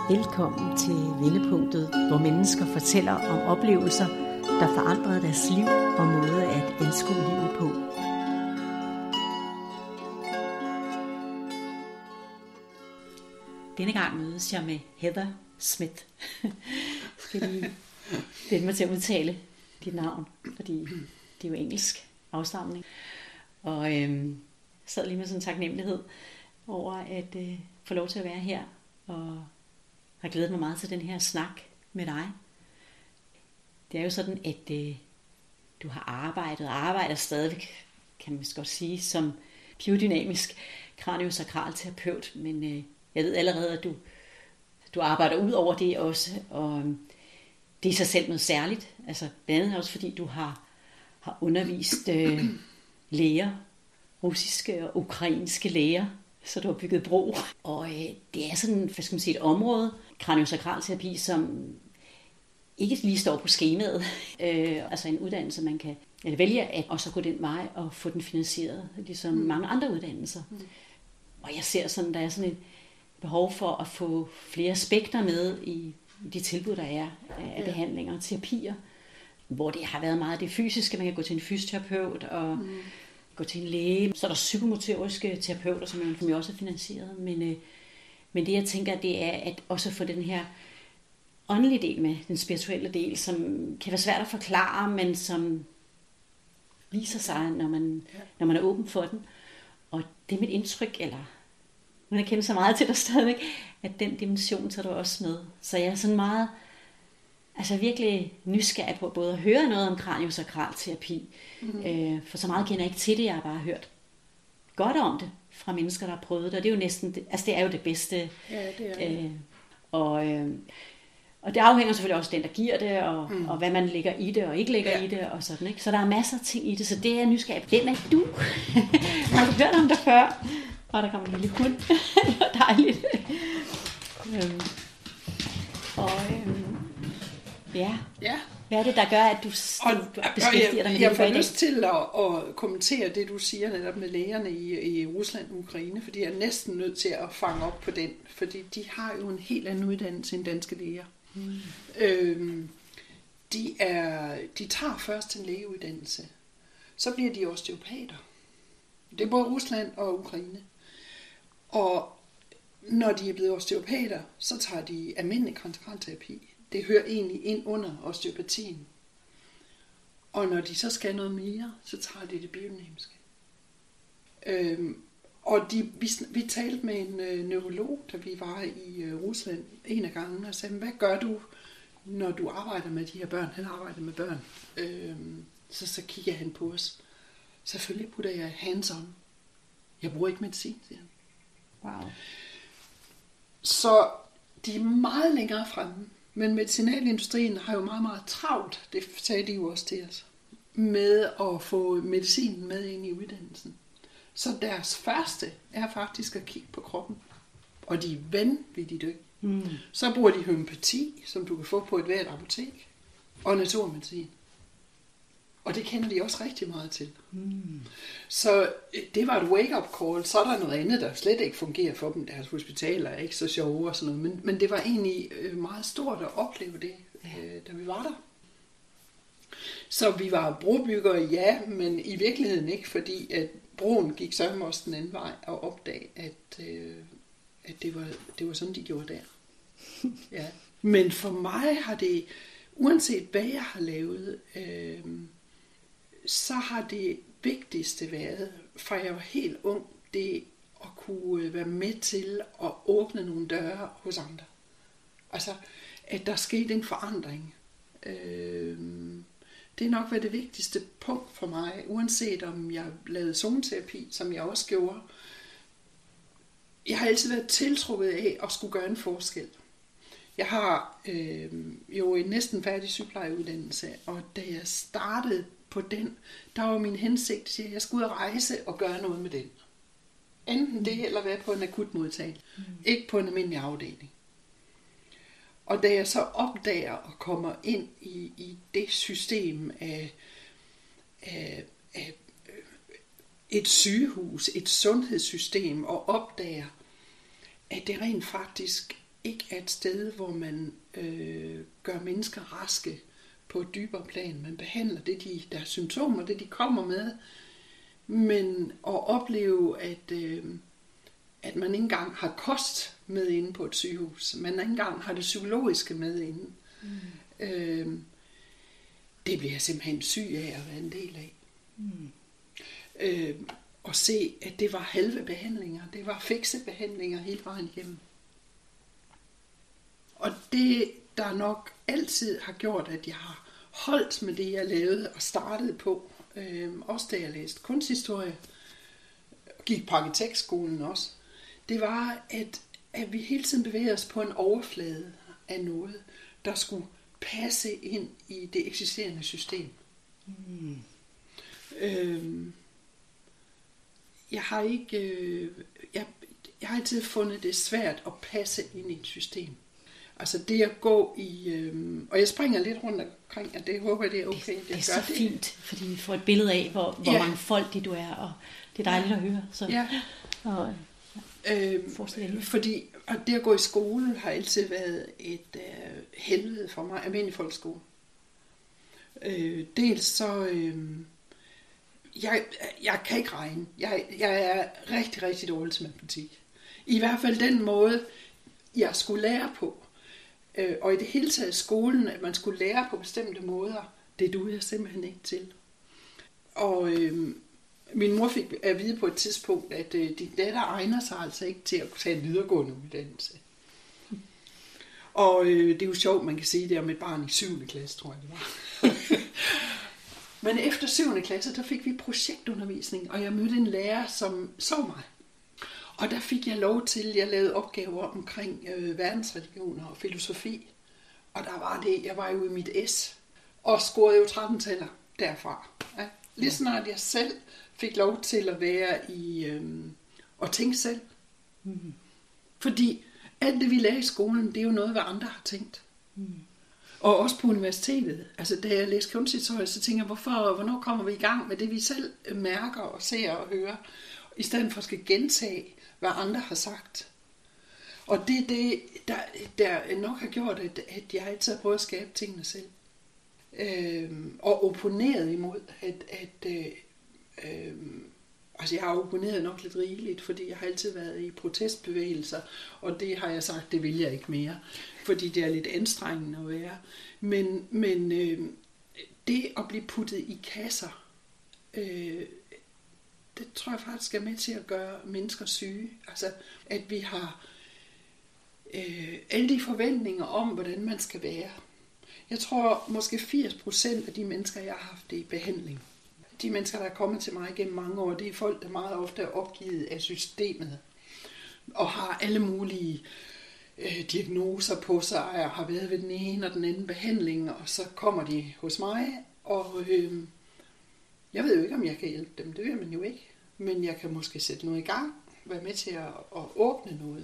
Velkommen til Vendepunktet, hvor mennesker fortæller om oplevelser, der forandrede deres liv og måde at anskue livet på. Denne gang mødes jeg med Heather Smith. Skal lige vende mig til at udtale dit navn, fordi det er jo engelsk afstamning. Og sad lige med sådan en taknemmelighed over at få lov til at være her, og har glædet mig meget til den her snak med dig. Det er jo sådan, at du har arbejdet og arbejder stadigvæk, kan man godt sige, som biodynamisk kraniosakral terapeut, men jeg ved allerede, at du arbejder ud over det også, og det er i sig selv noget særligt. Altså blandt andet også fordi du har undervist læger, russiske og ukrainske læger, så du har bygget bro. Og det er sådan, hvad skal man sige, et område, kraniosakralterapi, som ikke lige står på skemaet. Altså en uddannelse, man kan vælge at også gå den vej og få den finansieret, ligesom mange andre uddannelser. Og jeg ser sådan, der er sådan et behov for at få flere aspekter med i de tilbud, der er af behandlinger og terapier, hvor det har været meget det fysiske. Man kan gå til en fysioterapeut og gå til en læge. Så er der psykomotoriske terapeuter, som jo også er finansieret. Men det, jeg tænker, det er at også få den her åndelige del med, den spirituelle del, som kan være svært at forklare, men som viser sig, når man er åben for den. Og det er mit indtryk, eller man har kendt så meget til dig stadigvæk, at den dimension tager du også med. Så jeg er sådan meget, altså virkelig nysgerrig på både at høre noget om kraniosakralterapi, for så meget kender jeg ikke til det, jeg har bare hørt godt om det fra mennesker, der har prøvet det, og det er jo næsten, altså det er jo det bedste. Ja, det er det. Og det afhænger selvfølgelig også af den, der giver det, og hvad man lægger i det og ikke lægger i det, og sådan, ikke? Så der er masser af ting i det, så det er jeg nysgerrig på. Hvem er du? Har du hørt om det før? Og der kommer en lille hund. Det var dejligt. Ja. Hvad er det, der gør, at du beskæftiger dig med det? Jeg får lyst til at kommentere det, du siger netop med lægerne i Rusland og Ukraine, fordi jeg er næsten nødt til at fange op på den, fordi de har jo en helt anden uddannelse end danske læger. De tager først en lægeuddannelse, så bliver de osteopater. Det er både Rusland og Ukraine. Og når de er blevet osteopater, så tager de almindelig kontrakterapi. Det hører egentlig ind under osteopatien. Og når de så skal noget mere, så tager de det biodynamiske. Vi talte med en neurolog, da vi var i Rusland en af gangene, og sagde, hvad gør du, når du arbejder med de her børn? Han arbejder med børn. Så kigger han på os. Selvfølgelig putter jeg hands-on. Jeg bruger ikke medicin, siger han. Wow. Så de er meget længere fremme. Men medicinalindustrien har jo meget, meget travlt, det sagde de jo også til os, med at få medicinen med ind i uddannelsen. Så deres første er faktisk at kigge på kroppen. Og de er vanvittigt dygtige. Så bruger de homøopati, som du kan få på et hvert apotek, og naturmedicin. Og det kender de også rigtig meget til. Så det var et wake-up call. Så er der noget andet, der slet ikke fungerer for dem. Deres hospitaler er ikke så sjove og sådan noget. Men det var egentlig meget stort at opleve det, da vi var der. Så vi var brobyggere, ja, men i virkeligheden ikke, fordi at broen gik så også den anden vej og opdage, at det var sådan, de gjorde der. Ja. Men for mig har det, uanset hvad jeg har lavet, så har det vigtigste været, fra jeg var helt ung, det at kunne være med til at åbne nogle døre hos andre. Altså, at der skete en forandring. Det er nok været det vigtigste punkt for mig, uanset om jeg lavede zoneterapi, som jeg også gjorde. Jeg har altid været tiltrukket af at skulle gøre en forskel. Jeg har jo en næsten færdig sygeplejeuddannelse, og da jeg startede på den, der var min hensigt, at jeg skulle ud og rejse og gøre noget med den. Enten det, eller være på en akutmodtagelse. Ikke på en almindelig afdeling. Og da jeg så opdager og kommer ind i det system af et sygehus, et sundhedssystem, og opdager, at det rent faktisk ikke er et sted, hvor man gør mennesker raske på et dybere plan. Man behandler deres symptomer, det de kommer med, men at opleve, at man ikke engang har kost med inde på et sygehus. Man ikke engang har det psykologiske med inde. Det bliver jeg simpelthen syg af at være en del af. Og se, at det var halve behandlinger. Det var fikse behandlinger hele vejen igennem. Og det, der nok altid har gjort, at jeg har holdt med det, jeg lavede og startede på, også da jeg læste kunsthistorie, gik på arkitektskolen også, det var, at vi hele tiden bevægede os på en overflade af noget, der skulle passe ind i det eksisterende system. Jeg har ikke, jeg har altid fundet det svært at passe ind i et system. Altså det at gå i, og jeg springer lidt rundt omkring, og det håber jeg, det er okay. Det er så fint, fordi vi får et billede af, hvor mangfoldig du er, og det er dejligt at høre. Så. Ja. Og, fordi og det at gå i skole har altid været et helvede for mig, almindelig folkeskole. Dels så, jeg kan ikke regne. Jeg er rigtig, rigtig dårlig til matematik. I hvert fald den måde, jeg skulle lære på. Og i det hele taget skolen, at man skulle lære på bestemte måder, det duede jeg simpelthen ikke til. Og min mor fik at vide på et tidspunkt, at din datter egner sig altså ikke til at tage en videregående uddannelse. Og det er jo sjovt, man kan sige det om et barn i 7. klasse, tror jeg det var. Men efter 7. klasse, der fik vi projektundervisning, og jeg mødte en lærer, som så mig. Og der fik jeg lov til, jeg lavede opgaver omkring verdensreligioner og filosofi. Og der var det, jeg var jo i mit S, og scorede jo 13-taller derfra. Ja. Lige snart jeg selv fik lov til at være i, og tænke selv. Fordi alt det, vi lærer i skolen, det er jo noget, hvad andre har tænkt. Og også på universitetet. Altså, da jeg læste kunsthistorie, så tænker jeg, hvornår kommer vi i gang med det, vi selv mærker og ser og hører, i stedet for at skal gentage, hvad andre har sagt. Og det er det, der nok har gjort, at jeg altid har prøvet at skabe tingene selv. Og opponeret imod, altså jeg har opponeret nok lidt rigeligt, fordi jeg har altid været i protestbevægelser, og det har jeg sagt, det vil jeg ikke mere, fordi det er lidt anstrengende at være. Men det at blive puttet i kasser, det tror jeg faktisk er med til at gøre mennesker syge. Altså at vi har alle de forventninger om, hvordan man skal være. Jeg tror måske 80% af de mennesker, jeg har haft i behandling, de mennesker, der er kommet til mig gennem mange år, det er folk, der meget ofte er opgivet af systemet, og har alle mulige diagnoser på sig, og har været ved den ene og den anden behandling, og så kommer de hos mig, og jeg ved jo ikke, om jeg kan hjælpe dem, det ved man jo ikke, men jeg kan måske sætte noget i gang, være med til at åbne noget.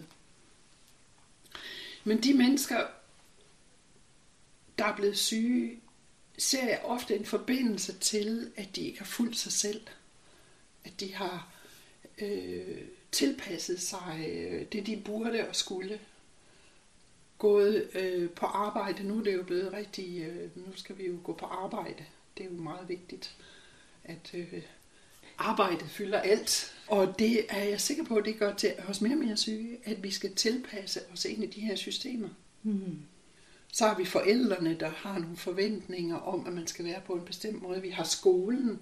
Men de mennesker, der er blevet syge, ser jeg ofte en forbindelse til, at de ikke har fulgt sig selv. At de har tilpasset sig det, de burde og skulle. Gået på arbejde. Nu er det jo blevet rigtig, nu skal vi jo gå på arbejde. Det er jo meget vigtigt, at arbejdet fylder alt. Og det er jeg sikker på, at det gør til os mere og mere syge, at vi skal tilpasse os ind i de her systemer. Så har vi forældrene, der har nogle forventninger om, at man skal være på en bestemt måde. Vi har skolen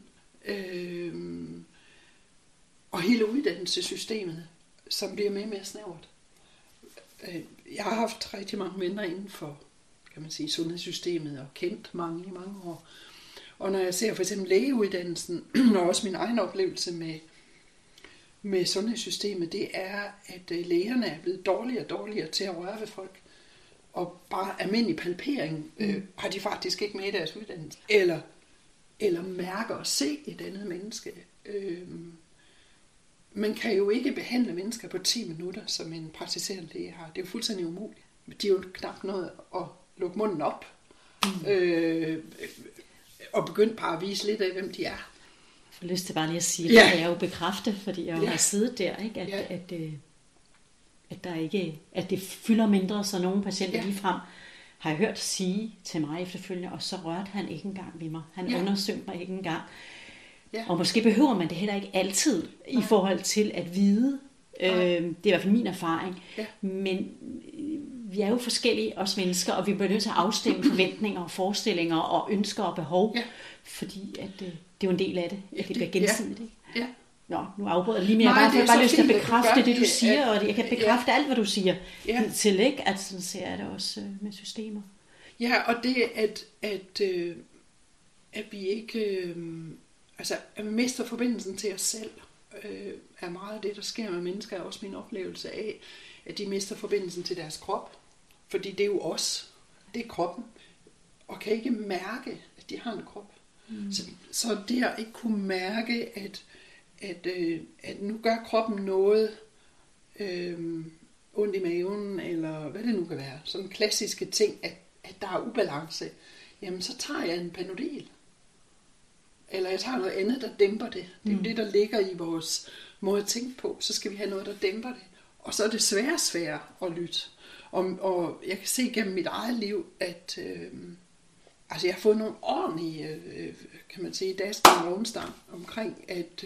og hele uddannelsessystemet, som bliver mere og mere snævert. Jeg har haft rigtig mange venner inden for, kan man sige, sundhedssystemet og kendt mange i mange år. Og når jeg ser for eksempel lægeuddannelsen, og også min egen oplevelse med sundhedssystemet, det er, at lægerne er blevet dårligere og dårligere til at røre ved folk. Og bare almindelig palpering har de faktisk ikke med i deres uddannelse. Eller mærker og se et andet menneske. Man kan jo ikke behandle mennesker på 10 minutter, som en praktiserende læge har. Det er jo fuldstændig umuligt. De er jo knap noget at lukke munden op. Og begynde bare at vise lidt af, hvem de er. Jeg får lyst til bare lige at sige, det kan jeg jo bekræfte, fordi jeg jo har siddet der, ikke? at det fylder mindre, så nogle patienter ligefrem har jeg hørt sige til mig efterfølgende, og så rørte han ikke engang ved mig. Han undersøgte mig ikke engang. Ja. Og måske behøver man det heller ikke altid i forhold til at vide. Det er i hvert fald min erfaring. Ja. Men vi er jo forskellige, os mennesker, og vi bliver nødt til at afstemme forventninger og forestillinger og ønsker og behov. Ja. Fordi at, det er jo en del af det, at det bliver gensidigt. Ja. Nå, nu afbryder jeg lige mere. Jeg har bare lyst til at bekræfte det, du siger, og jeg kan bekræfte alt, hvad du siger til, ikke? At sådan ser jeg det også med systemer. Ja, og det at vi ikke, at vi mister forbindelsen til os selv, er meget af det, der sker med mennesker, er også min oplevelse af, at de mister forbindelsen til deres krop, fordi det er jo os, det er kroppen, og kan ikke mærke, at de har en krop. Så det at ikke kunne mærke, at nu gør kroppen noget ondt i maven, eller hvad det nu kan være, sådan klassiske ting, at der er ubalance, jamen så tager jeg en Panodil. Eller jeg tager noget andet, der dæmper det. Det er jo det, der ligger i vores måde at tænke på. Så skal vi have noget, der dæmper det. Og så er det svært at lytte. Og jeg kan se gennem mit eget liv, at jeg har fået nogle ordentlige, kan man sige, dagsken og onsdag omkring, at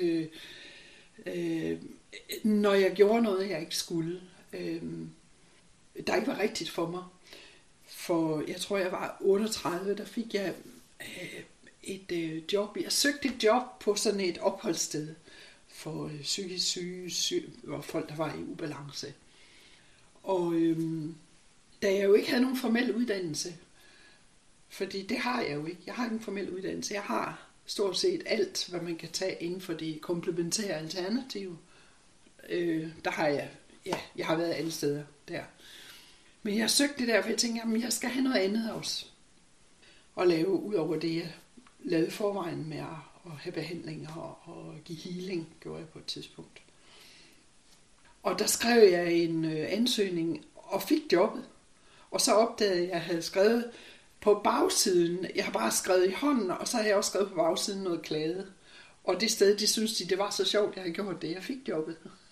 når jeg gjorde noget, jeg ikke skulle, der ikke var rigtigt for mig. For jeg tror, jeg var 38, der fik jeg et job. Jeg søgte et job på sådan et opholdssted for psykisk syge og folk, der var i ubalance. Og da jeg jo ikke havde nogen formel uddannelse, fordi det har jeg jo ikke. Jeg har ikke en formel uddannelse. Jeg har stort set alt, hvad man kan tage inden for det komplementære alternativ. Der har jeg har været alle steder der. Men jeg søgte det der, for jeg tænkte, at jeg skal have noget andet også. Og lave ud over det, jeg lavede forvejen med at have behandlinger og give healing, gjorde jeg på et tidspunkt. Og der skrev jeg en ansøgning og fik jobbet. Og så opdagede jeg, at jeg havde skrevet på bagsiden, jeg har bare skrevet i hånden, og så har jeg også skrevet på bagsiden noget klade. Og det sted, de synes det var så sjovt, jeg havde gjort det. Jeg fik jobbet.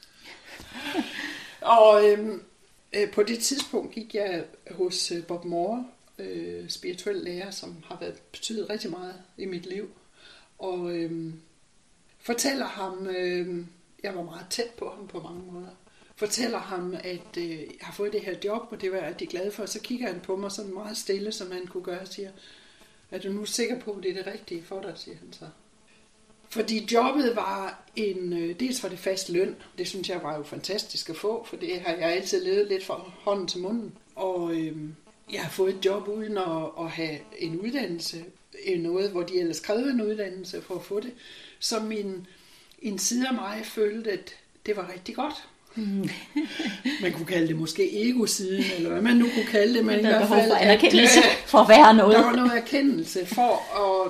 Og på det tidspunkt gik jeg hos Bob Moore, spirituel lærer, som har betydet rigtig meget i mit liv. Og fortæller ham, jeg var meget tæt på ham på mange måder, fortæller ham, at jeg har fået det her job, og det var jeg rigtig glad for. Så kigger han på mig sådan meget stille, som han kunne gøre, og siger, er du nu sikker på, at det er det rigtige for dig, siger han så. Fordi jobbet var dels var det fast løn, det synes jeg var jo fantastisk at få, for det har jeg altid levet lidt fra hånden til munden. Og jeg har fået et job uden at have en uddannelse, noget, hvor de ellers krævede en uddannelse for at få det. Så en side af mig følte, at det var rigtig godt. Man kunne kalde det måske ego-siden, eller hvad man nu kunne kalde det, men i hvert fald for anerkendelse, for at være noget. Der var noget erkendelse for at,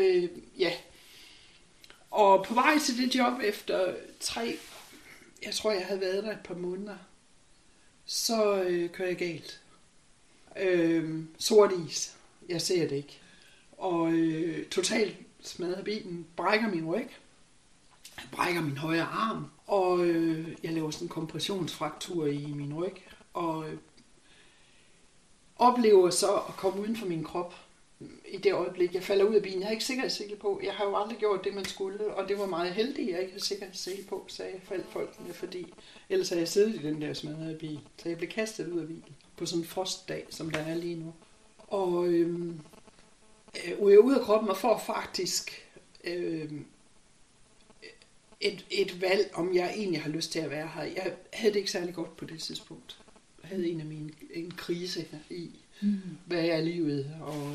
Og på vej til det job efter jeg tror jeg havde været der et par måneder, så kører jeg galt. Sort is. Jeg ser det ikke. Og totalt smadrer bilen, brækker min ryg, brækker min højre arm, og jeg laver sådan en kompressionsfraktur i min ryg, og oplever så at komme uden for min krop i det øjeblik, jeg falder ud af bilen. Jeg har ikke sikkerhedssele på. Jeg har jo aldrig gjort det, man skulle, og det var meget heldigt, at jeg ikke havde sikkerhedssele på, sagde folkene, fordi ellers havde jeg siddet i den der smadrede bil. Så jeg blev kastet ud af bilen på sådan en frostdag, som der er lige nu. Og jeg er ude af kroppen og får faktisk et valg, om jeg egentlig har lyst til at være her. Jeg havde det ikke særlig godt på det tidspunkt. Jeg havde en krise i, hvad er livet, og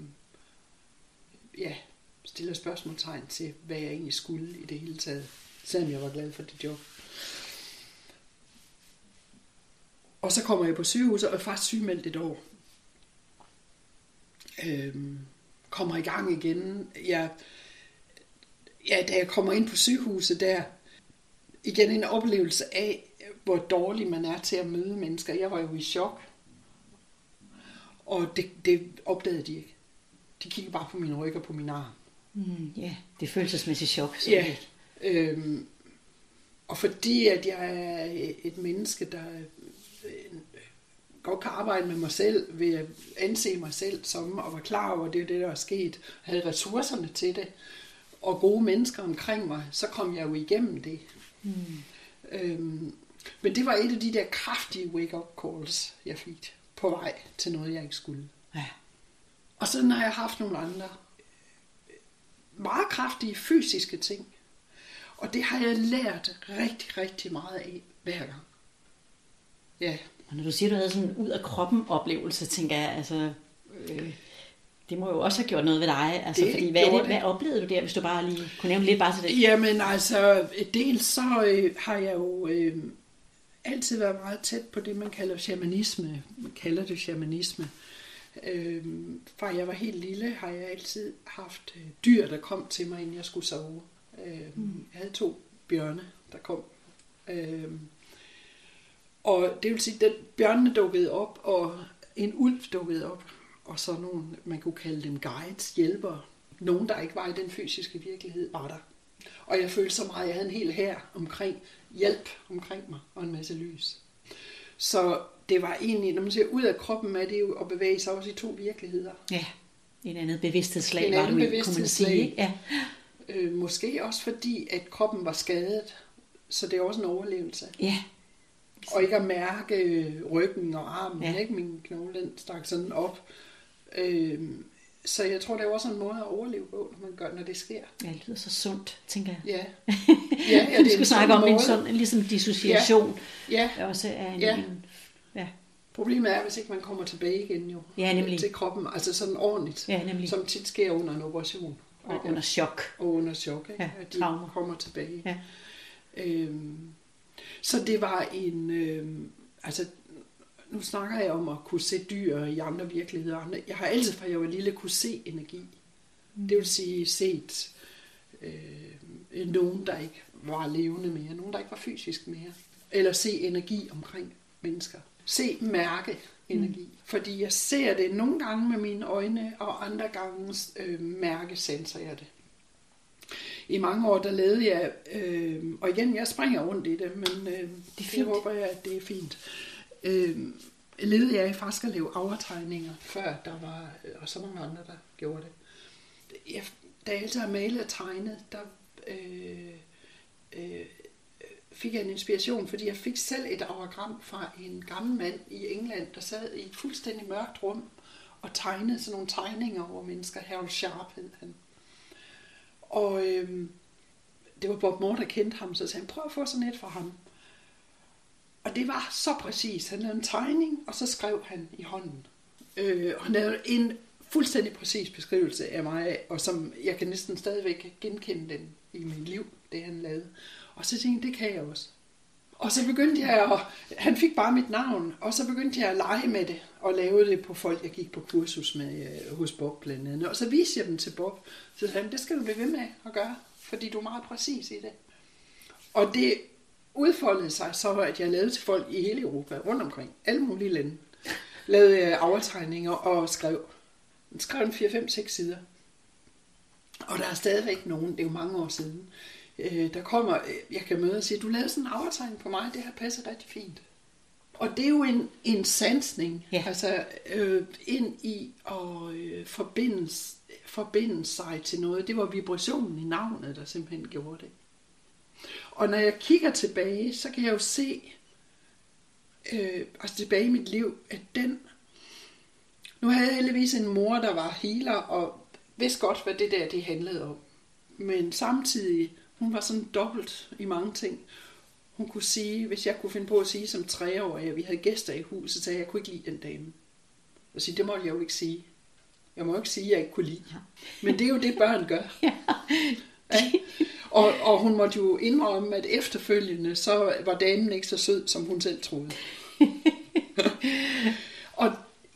stiller spørgsmålstegn til, hvad jeg egentlig skulle i det hele taget, selvom jeg var glad for det job. Og så kommer jeg på sygehuset, og er faktisk sygemeldt et år. Kommer i gang igen. Da jeg kommer ind på sygehuset der, igen en oplevelse af, hvor dårlig man er til at møde mennesker. Jeg var jo i chok. Og det opdagede de ikke. De kiggede bare på min ryg og på min arm. Det følelsesmæssigt chok. Ja. Og fordi at jeg er et menneske, der godt kan arbejde med mig selv, ved at anse mig selv som, og var klar over, at det er det, der er sket, havde ressourcerne til det, og gode mennesker omkring mig, så kom jeg jo igennem det. Men det var et af de der kraftige wake-up calls, jeg fik på vej til noget, jeg ikke skulle. Ja. Og sådan har jeg haft nogle andre meget kraftige fysiske ting. Og det har jeg lært rigtig, rigtig meget af hver gang. Ja. Og når du siger, du havde sådan en ud af kroppen oplevelse, tænker jeg, altså, det må jo også have gjort noget ved dig. Altså, Det fordi hvad oplevede du der, hvis du bare lige kunne nævne lidt bare til det? Jamen altså, dels så har jeg jo altid været meget tæt på det, man kalder shamanisme. Man kalder det shamanisme. Fra jeg var helt lille, har jeg altid haft dyr, der kom til mig, inden jeg skulle sove. Jeg havde 2 bjørne, der kom. Og det vil sige, at bjørnene dukkede op, og en ulv dukkede op, og så nogle, man kunne kalde dem guides, hjælpere. Nogen, der ikke var i den fysiske virkelighed, var der. Og jeg følte så meget, at jeg havde en hel hær omkring, hjælp omkring mig, og en masse lys. Så det var egentlig, når man ser ud af kroppen, er det jo at bevæge sig også i 2 virkeligheder. Ja, en andet bevidsthedslag var du i, kunne man sige. Ja. Måske også fordi, at kroppen var skadet, så det er også en overlevelse. Ja. Og ikke at mærke ryggen og armen, ikke? Min knogle, den stak sådan op. Så jeg tror, det er også en måde at overleve på, når det sker. Ja, det lyder så sundt, tænker jeg. Ja. Ja, du skulle snakke om en sådan, ligesom dissociation. Ja. Også er en, ja. Problemet er, hvis ikke man kommer tilbage igen jo. Ja, nemlig. Til kroppen, altså sådan ordentligt. Ja, nemlig. Som tit sker under en operation. Og under chok. Og under chok, ikke? Ja, at de traumer. kommer tilbage. Ja. Så det var en... altså, nu snakker jeg om at kunne se dyr i andre virkeligheder. Jeg har altid, fra jeg var lille, kunne se energi. Det vil sige set nogen, der ikke var levende mere. Nogen, der ikke var fysisk mere. Eller se energi omkring mennesker. Se mærke energi. Fordi jeg ser det nogle gange med mine øjne, og andre gange mærkesenser jeg det. I mange år, der lavede jeg, og igen, jeg springer rundt i det, men det håber jeg, at det er fint. Ledede jeg faktisk at lave overtegninger, før der var, og så mange andre, der gjorde det. Da jeg altid har malet og tegnet, der fik jeg en inspiration, fordi jeg fik selv et auragram fra en gammel mand i England, der sad i et fuldstændig mørkt rum og tegnede sådan nogle tegninger over mennesker. Harold Sharp hed han. Og det var Bob Moore, der kendte ham, så sagde han, prøv at få sådan et fra ham. Og det var så præcis. Han lavede en tegning, og så skrev han i hånden. Han lavede en fuldstændig præcis beskrivelse af mig, og som jeg kan næsten stadigvæk genkende den i mit liv, det han lavede. Og så tænkte jeg, det kan jeg også. Og så begyndte jeg han fik bare mit navn, og så begyndte jeg at lege med det, og lave det på folk, jeg gik på kursus med hos Bob blandt andet. Og så viste jeg dem til Bob, så sagde han, det skal du blive ved med at gøre, fordi du er meget præcis i det. Og det udfoldede sig så, at jeg lavede til folk i hele Europa, rundt omkring, alle mulige lande. Lavede overtegninger og skrev en 4-5-6 sider. Og der er stadigvæk nogen, det er jo mange år siden, der kommer, jeg kan møde og sige, du lavede sådan en overtegning på mig, det her passer rigtig fint. Og det er jo en sansning, altså ind i at forbinde sig til noget. Det var vibrationen i navnet, der simpelthen gjorde det. Og når jeg kigger tilbage, så kan jeg jo se, altså tilbage i mit liv, at nu havde jeg heldigvis en mor, der var healer, og vidste godt, hvad det der det handlede om. Men samtidig, hun var sådan dobbelt i mange ting. Hun kunne sige, hvis jeg kunne finde på at sige som 3-årig, at vi havde gæster i huset, så sagde jeg, at jeg kunne ikke lide den dame. Og sige, det måtte jeg jo ikke sige. Jeg må jo ikke sige, at jeg ikke kunne lide. Men det er jo det, børn gør. Ja. Og hun måtte jo indrømme, at efterfølgende, så var damen ikke så sød, som hun selv troede. Og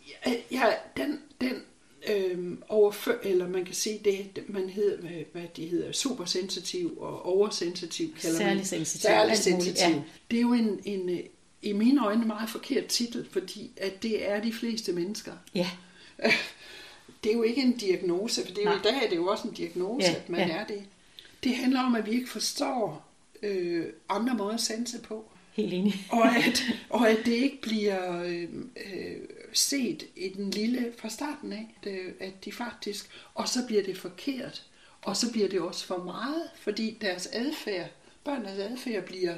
den eller man kan sige det, man hedder, hvad de hedder, supersensitiv og oversensitiv. Særlig sensitiv. Særlig sensitiv. Ja. Det er jo en i mine øjne meget forkert titel, fordi at det er de fleste mennesker. Ja. Det er jo ikke en diagnose, for det er jo, i dag er det jo også en diagnose, at man er det. Det handler om, at vi ikke forstår andre måder at sense på. Helt enig. og at det ikke bliver set i den lille fra starten af, at de faktisk, og så bliver det forkert, og så bliver det også for meget, fordi børnenes adfærd bliver,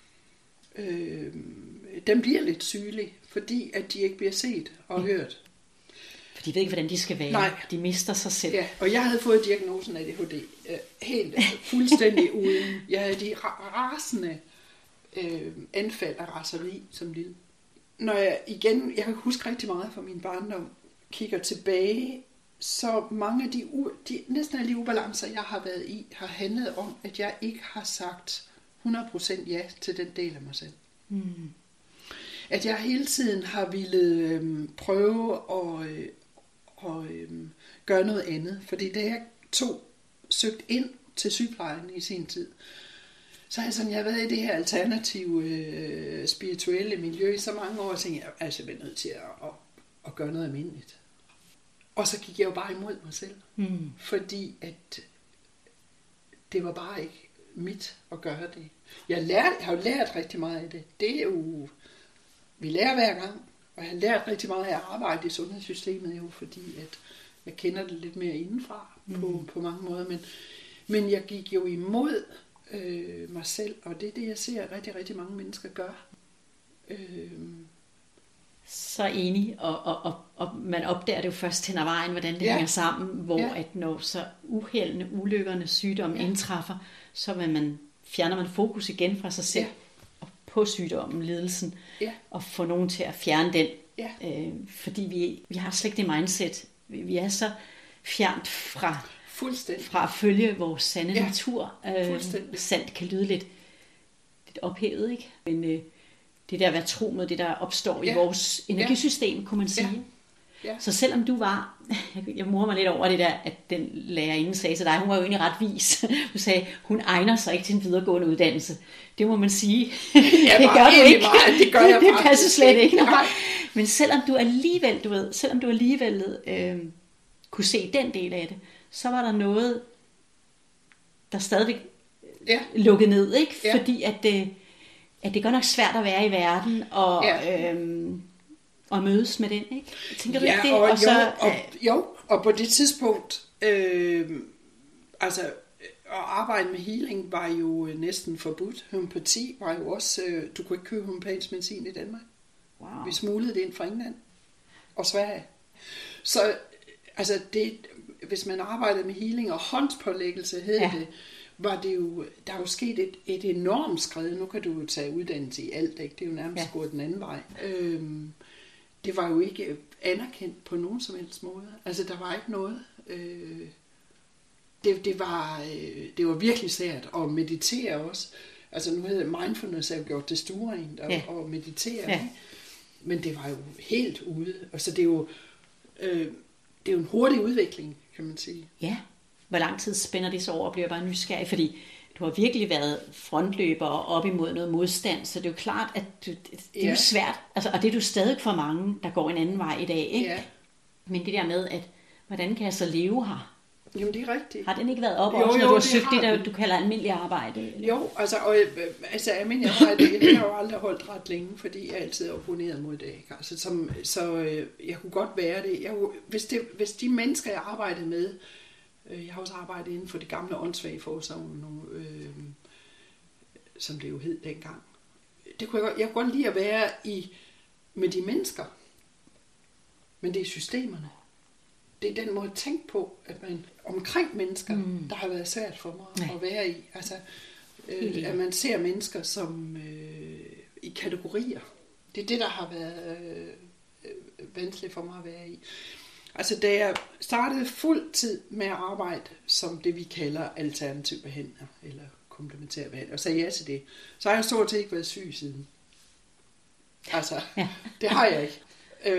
den bliver lidt sygelig, fordi at de ikke bliver set og hørt. For de ved ikke, hvordan de skal være. Nej. De mister sig selv. Ja, og jeg havde fået diagnosen af ADHD helt fuldstændig uden. Jeg havde de rasende anfald af raseri som lille. Når jeg kan huske rigtig meget fra min barndom, kigger tilbage, så mange af de næsten alle de ubalancer, jeg har været i, har handlet om, at jeg ikke har sagt 100% ja til den del af mig selv. Mm. At jeg hele tiden har ville prøve at gøre noget andet. Fordi da jeg søgte ind til sygeplejen i sin tid, så har jeg været i det her alternative spirituelle miljø i så mange år, og tænkte jeg, altså jeg er nødt til at gøre noget almindeligt. Og så gik jeg jo bare imod mig selv. Mm. Fordi at det var bare ikke mit at gøre det. Jeg har jo lært rigtig meget af det. Det er jo, vi lærer hver gang, og jeg har lært rigtig meget af at arbejde i sundhedssystemet jo, fordi at jeg kender det lidt mere indenfra på mange måder. Men jeg gik jo imod mig selv, og det er det, jeg ser rigtig, rigtig mange mennesker gør. Så enig, og man opdager det jo først hen ad vejen, hvordan det hænger sammen, hvor at når så uheldene, ulykkerne, sygdommen indtræffer, så fjerner man fokus igen fra sig selv og på sygdommen, lidelsen, og får nogen til at fjerne den. Fordi vi har slet ikke det mindset. Vi er så fjernt fra at følge vores sande natur. Sandt kan lyde lidt ophævet, ikke? Men det der at være tro med det, der opstår i vores energisystem, kunne man sige. Så selvom du var, jeg morer mig lidt over det der, at den lærerinde sagde til dig, hun var jo egentlig ret vis. Hun sagde, hun egner sig ikke til en videregående uddannelse. Det må man sige. Det gør du ikke. Det gør jeg det passer slet ikke. Nej. Men selvom du alligevel, kunne se den del af det, så var der noget, der stadigvæk lukkede ned, ikke? Fordi at det er godt nok svært at være i verden og mødes med den, ikke? Tænker du ikke det? Og på det tidspunkt, at arbejde med healing var jo næsten forbudt. Homøopati var jo også, du kunne ikke købe homeopatisk medicin i Danmark. Wow. Vi smuglede det ind fra England og Sverige. Så hvis man arbejdede med healing og håndspålæggelse hed det, var det jo, der er jo sket et enormt skred. Nu kan du jo tage uddannelse i alt, ikke? Det er jo nærmest gået den anden vej. Det var jo ikke anerkendt på nogen som helst måde. Altså, der var ikke noget. Det var virkelig svært at meditere også. Altså, nu hedder mindfulness, er jo gjort det store rent og meditere. Ja. Men det var jo helt ude. Altså, det er jo en hurtig udvikling, kan man sige. Ja. Hvor lang tid spænder det så over og bliver bare nysgerrig? Fordi du har virkelig været frontløber og op imod noget modstand, så det er jo klart, at det er jo svært. Altså, og det er jo stadig for mange, der går en anden vej i dag, ikke? Ja. Men det der med, at hvordan kan jeg så leve her? Jamen, det er rigtigt. Har den ikke været op også, når du har søgt det, der du kalder almindelig arbejde? Eller? Jo, altså almindelig arbejde, jeg har jo aldrig holdt ret længe, fordi jeg altid er opponeret mod det, ikke? Altså, så jeg kunne godt være det. Hvis de mennesker, jeg arbejdede med, jeg har også arbejdet inden for det gamle åndssvage forsorgen, som det jo hed dengang. Jeg kunne godt lide at være med de mennesker, men det er systemerne. Det er den måde at tænke på, at man omkring mennesker, der har været svært for mig at være i. Altså, at man ser mennesker som i kategorier. Det er det, der har været vanskeligt for mig at være i. Altså, da jeg startede fuld tid med at arbejde som det, vi kalder alternativ behandler, eller komplementær behandler, og sagde ja til det, så har jeg stort set ikke været syg siden. Altså, det har jeg ikke.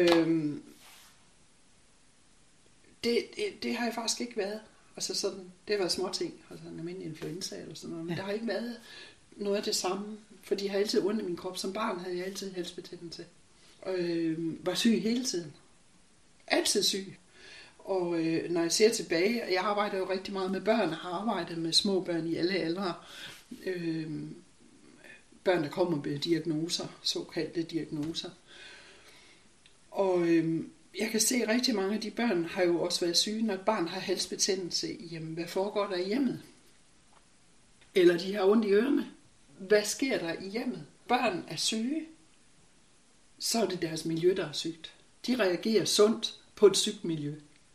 Det har jeg faktisk ikke været. Altså sådan, det har været småting, altså en almindelig influenza eller sådan noget, men der har ikke været noget af det samme, fordi jeg har altid ondt i min krop. Som barn havde jeg altid halsbetændelse. Var syg hele tiden. Altid syg. Og når jeg ser tilbage, jeg arbejder jo rigtig meget med børn, og har arbejdet med små børn i alle aldre, børn, der kommer med diagnoser, såkaldte diagnoser. Og jeg kan se, at rigtig mange af de børn har jo også været syge, når et barn har halsbetændelse. Jamen, hvad foregår der i hjemmet? Eller de har ondt i ørerne. Hvad sker der i hjemmet? Børn er syge, så er det deres miljø, der er sygt. De reagerer sundt på et sygt miljø.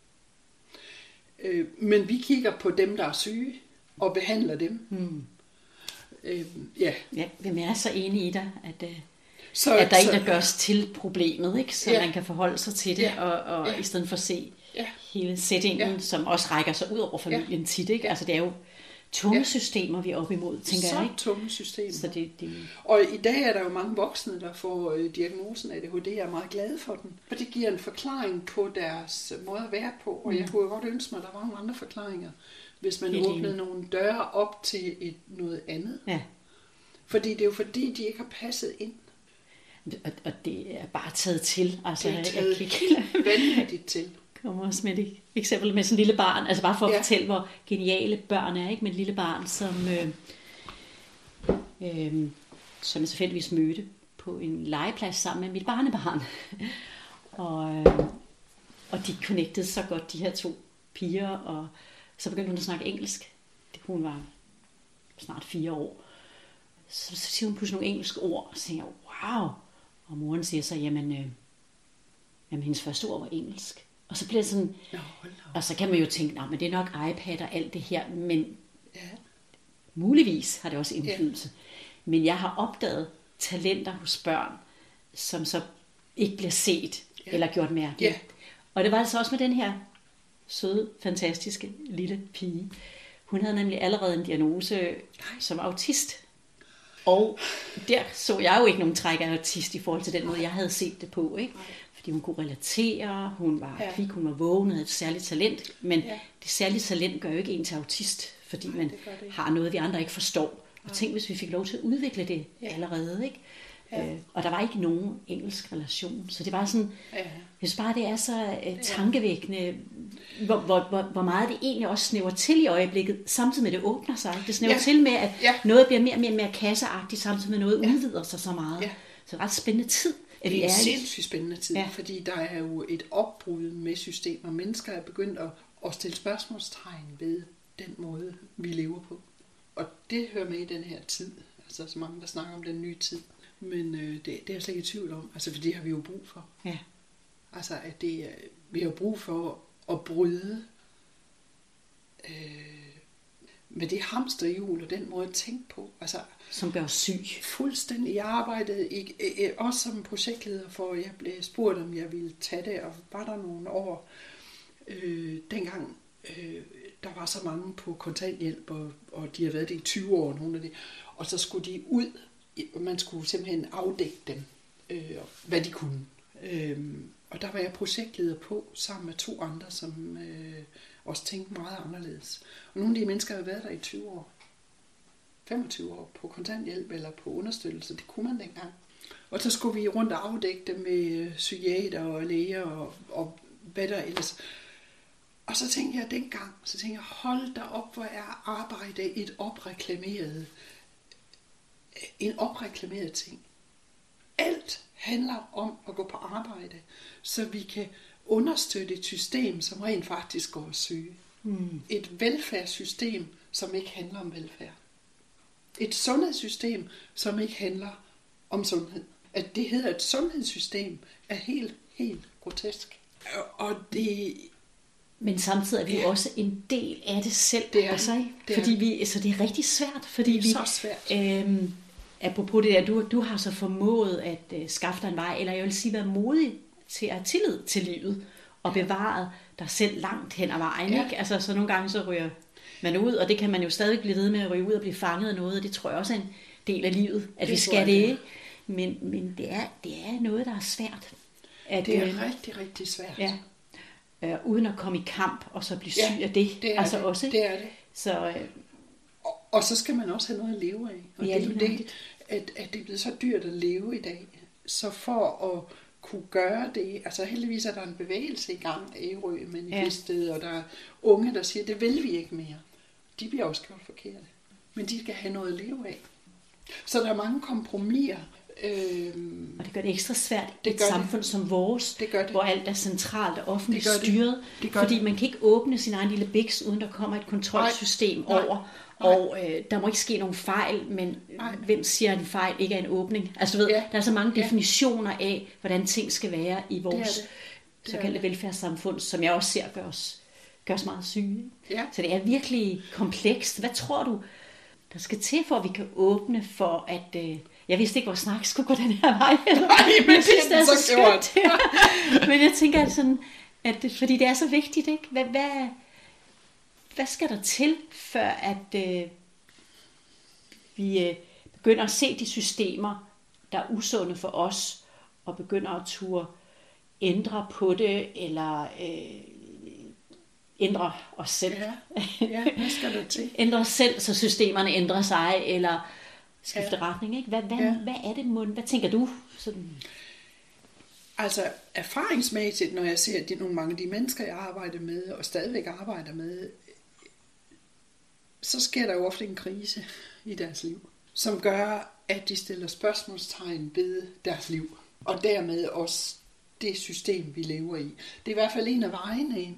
Men vi kigger på dem, der er syge, og behandler dem. Ja, hvem er så enig i dig, at der er en, der gørs til problemet, ikke? Så man kan forholde sig til det, og i stedet for at se hele settingen, som også rækker sig ud over familien tit, ikke? Altså det er jo tunge systemer, vi er op imod, tænker jeg, ikke? Så tunge systemer. Så det... Og i dag er der jo mange voksne, der får diagnosen ADHD. Jeg er meget glad for den. For det giver en forklaring på deres måde at være på. Og jeg kunne godt ønske mig, at der var nogle andre forklaringer, hvis man åbnede nogle døre op til noget andet. Ja. Fordi det er jo fordi, de ikke har passet ind. Og det er bare taget til. Altså, det er taget vanvittigt til. Kommer også med et eksempel med sådan en lille barn, altså bare for at fortælle, hvor geniale børn er, ikke? Med et lille barn, som jeg tilfældigvis mødte på en legeplads sammen med mit barnebarn. og de connectede så godt, de her 2 piger, og så begyndte hun at snakke engelsk. Hun var snart 4 år. Så siger hun pludselig nogle engelske ord, og så tænker jeg, wow. Og moren siger så, jamen hendes første ord var engelsk. Og så bliver det sådan, og så kan man jo tænke, men det er nok iPad og alt det her, men muligvis har det også indflydelse. Men jeg har opdaget talenter hos børn, som så ikke bliver set eller gjort mærkeligt. Og det var altså også med den her søde, fantastiske lille pige. Hun havde nemlig allerede en diagnose som autist. Og der så jeg jo ikke nogen træk af autist i forhold til den måde, jeg havde set det på, ikke? Fordi hun kunne relatere, hun var kvik, hun var vågen, havde et særligt talent. Men det særlige talent gør jo ikke en til autist, fordi man har noget, vi andre ikke forstår. Og tænk, hvis vi fik lov til at udvikle det allerede, ikke? Og der var ikke nogen engelsk relation. Så det var sådan, jeg synes bare, det er så tankevækkende, hvor meget det egentlig også snæver til i øjeblikket, samtidig med det åbner sig. Det snæver til med, at noget bliver mere og mere kasseagtigt, samtidig med noget udvider sig så meget. Så det er ret spændende tid. Det er en sindssygt spændende tid, fordi der er jo et opbrud med systemer. Mennesker er begyndt at stille spørgsmålstegn ved den måde, vi lever på. Og det hører med i den her tid. Altså så mange, der snakker om den nye tid. Men det er jeg slet ikke i tvivl om, altså for det har vi jo brug for. Ja. Altså at vi har brug for at bryde med det hamsterhjul og den måde at tænke på. Altså, som gør syg. Fuldstændig. Jeg arbejdede også som projektleder, for jeg blev spurgt, om jeg ville tage det, og var der nogle år, dengang der var så mange på kontanthjælp, og de har været det i 20 år, nogle af det, og så skulle de ud. Man skulle simpelthen afdække dem, hvad de kunne. Og der var jeg projektleder på, sammen med 2 andre, som også tænkte meget anderledes. Og nogle af de mennesker har været der i 20 år. 25 år på kontanthjælp eller på understøttelse. Det kunne man dengang. Og så skulle vi rundt og afdække dem med psykiater og læger og hvad der ellers. Og så tænkte jeg dengang, hold da op, hvor er arbejde en opreklameret ting. Alt handler om at gå på arbejde, så vi kan understøtte et system, som rent faktisk går syge. Et velfærdssystem, som ikke handler om velfærd. Et sundhedssystem, som ikke handler om sundhed. At det hedder et sundhedssystem, er helt grotesk. Og det... Men samtidig er vi også en del af det selv. Det er altså, fordi så det er rigtig svært. Fordi det er så svært. Apropos det der, du har så formået at skaffe dig en vej, eller jeg vil sige, være modig til at have tillid til livet, og bevare dig selv langt hen ad vejen. Ikke? Altså, så nogle gange så ryger man ud, og det kan man jo stadig blive ved med at ryge ud og blive fanget af noget, og det tror jeg også er en del af livet, at vi skal det. Men det er noget, der er svært. Det er rigtig, rigtig svært. Ja. Uden at komme i kamp, og så blive syg af det. Det er altså det. Også, det er det. Så, og så skal man også have noget at leve af. Og det er jo det, at det er blevet så dyrt at leve i dag. Så for at kunne gøre det, altså heldigvis er der en bevægelse i gang af Ærø-manifestet, og der er unge, der siger, det vil vi ikke mere. De bliver også gjort forkerte. Men de skal have noget at leve af. Så der er mange kompromiser. Og det gør det ekstra svært i et gør samfund som vores, det. hvor alt er centralt og offentligt Det gør det. styret. Det gør Fordi det. man kan ikke åbne sin egen lille biks, uden der kommer et kontrolsystem over. Og der må ikke ske nogen fejl, men hvem siger, at en fejl ikke er en åbning? Altså du ved, der er så mange definitioner af, hvordan ting skal være i vores såkaldte velfærdssamfund, som jeg også ser gør os meget syge. Ja. Så det er virkelig komplekst. Hvad tror du, der skal til, for at vi kan åbne for, at... Jeg vidste ikke, hvor snak skulle gå den her vej. Nej, men det er så skønt. Men jeg tænker at sådan, at fordi det er så vigtigt, ikke? Hvad skal der til, før at vi begynder at se de systemer, der er usunde for os, og begynder at turde ændre på det, eller ændre os selv. Ja, hvad skal der til? Ændre os selv, så systemerne ændrer sig, eller skifte retning, ikke? Hvad er det, hvad tænker du? Sådan? Altså erfaringsmæssigt, når jeg ser mange af de mennesker, jeg arbejder med, og stadigvæk arbejder med, så sker der jo ofte en krise i deres liv, som gør, at de stiller spørgsmålstegn ved deres liv, og dermed også det system, vi lever i. Det er i hvert fald en af vejene ind.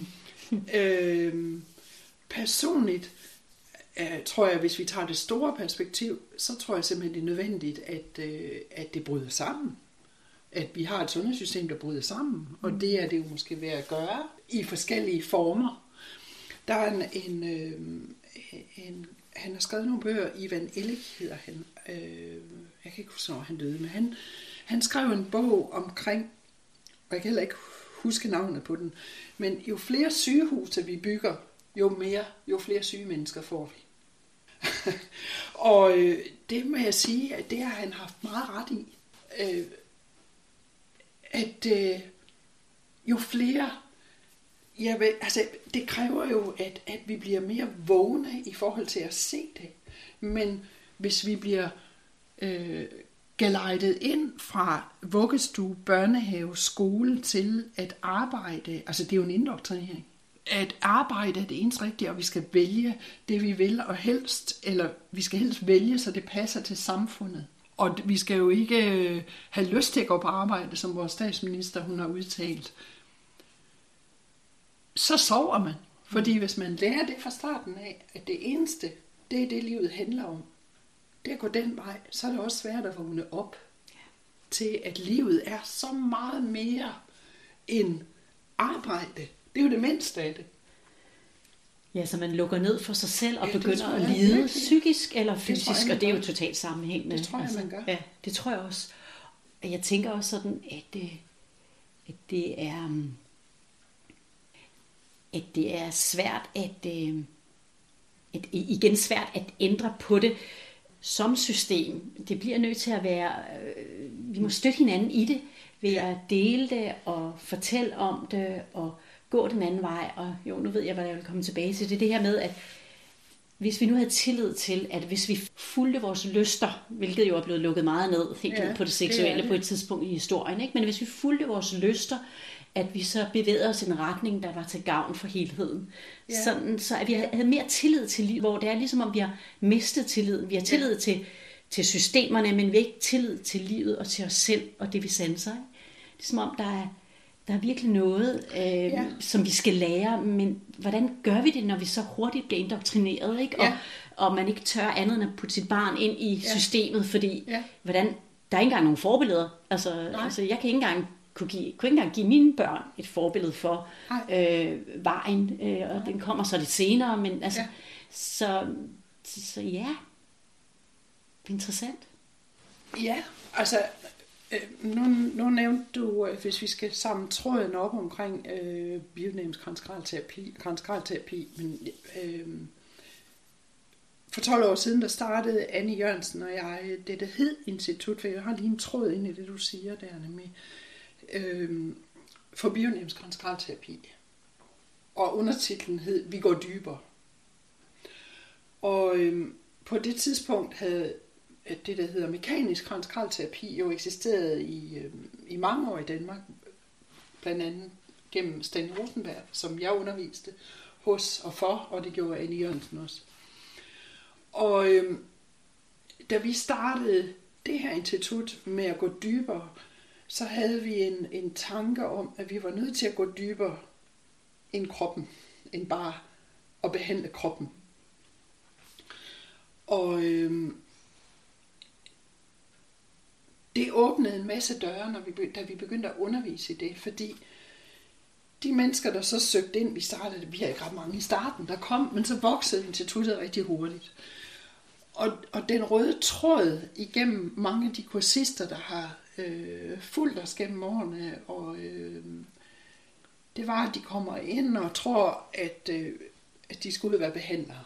Personligt tror jeg, hvis vi tager det store perspektiv, så tror jeg simpelthen, det er nødvendigt, at det bryder sammen. At vi har et sundhedssystem, der bryder sammen. Og det er det jo måske ved at gøre i forskellige former. Der er han har skrevet nogle bøger, Ivan Illich hedder han. Jeg kan ikke huske, når han døde, men han skrev en bog omkring, og jeg kan heller ikke huske navnet på den, men jo flere sygehuse vi bygger, jo flere syge mennesker får vi. Og det må jeg sige, at det har han haft meget ret i. At jo flere, det kræver jo, at vi bliver mere vågne i forhold til at se det. Men hvis vi bliver gelejtet ind fra vuggestue, børnehave, skole til at arbejde, altså det er jo en indoktrinering. At arbejde er det eneste rigtige, og vi skal vælge det, vi vil, og vi skal helst vælge, så det passer til samfundet. Og vi skal jo ikke have lyst til at gå på arbejde, som vores statsminister, hun har udtalt. Så sover man. Fordi hvis man lærer det fra starten af, at det eneste, det er det, livet handler om, det at gå den vej, så er det også svært at vågne op til, at livet er så meget mere end arbejde. Det er jo det mindste af det. Ja, så man lukker ned for sig selv og begynder at lide psykisk eller fysisk, og det er jo totalt sammenhængende. Det tror jeg, man gør. Ja, det tror jeg også. Og jeg tænker også sådan, at det er svært svært at ændre på det som system. Det bliver nødt til at være, vi må støtte hinanden i det, ved at dele det og fortælle om det og gå den anden vej. Og jo, nu ved jeg, hvad jeg vil komme tilbage til. Det er det her med, at hvis vi nu havde tillid til, at hvis vi fulgte vores lyster, hvilket jo er blevet lukket meget ned, helt ud på det seksuelle på et tidspunkt i historien, ikke? Men hvis vi fulgte vores lyster, at vi så bevægede os i en retning, der var til gavn for helheden. Sådan, så at vi havde mere tillid til livet, hvor det er ligesom om vi har mistet tilliden. Vi har tillid til systemerne, men vi har ikke tillid til livet og til os selv og det vi sanser. Ikke? Det er som om der er virkelig noget, som vi skal lære, men hvordan gør vi det, når vi så hurtigt bliver indoktrineret, ikke? Og man ikke tør andet end at putte sit barn ind i systemet, fordi der er ikke engang nogen forbilleder. Altså jeg kan ikke engang kunne ikke engang give mine børn et forbillede for vejen, og den kommer så lidt senere, men altså, så ja, det er interessant. Ja, altså, nu nævnte du, hvis vi skal samle tråden op omkring biodynamisk kranskrealterapi, men for 12 år siden, der startede Annie Jørgensen og jeg det, der hed Institut, for jeg har lige en tråd ind i det, du siger der, nemlig for biodynamisk kranskrealterapi. Og undertitlen hed Vi går dybere. Og på det tidspunkt havde det, der hedder mekanisk kranskrealterapi, jo eksisteret i mange år i Danmark. Blandt andet gennem Sten Rosenberg, som jeg underviste hos og for, og det gjorde Annie Jørgensen også. Og da vi startede det her institut med at gå dybere, så havde vi en tanke om, at vi var nødt til at gå dybere end kroppen, end bare at behandle kroppen. Og det åbnede en masse døre, da vi begyndte at undervise i det, fordi de mennesker, der så søgte ind, vi havde ikke ret mange i starten, der kom, men så voksede instituttet rigtig hurtigt. Og den røde tråd igennem mange af de kursister, der har fulgt os gennem årene, og det var, at de kommer ind og tror, at de skulle være behandlere.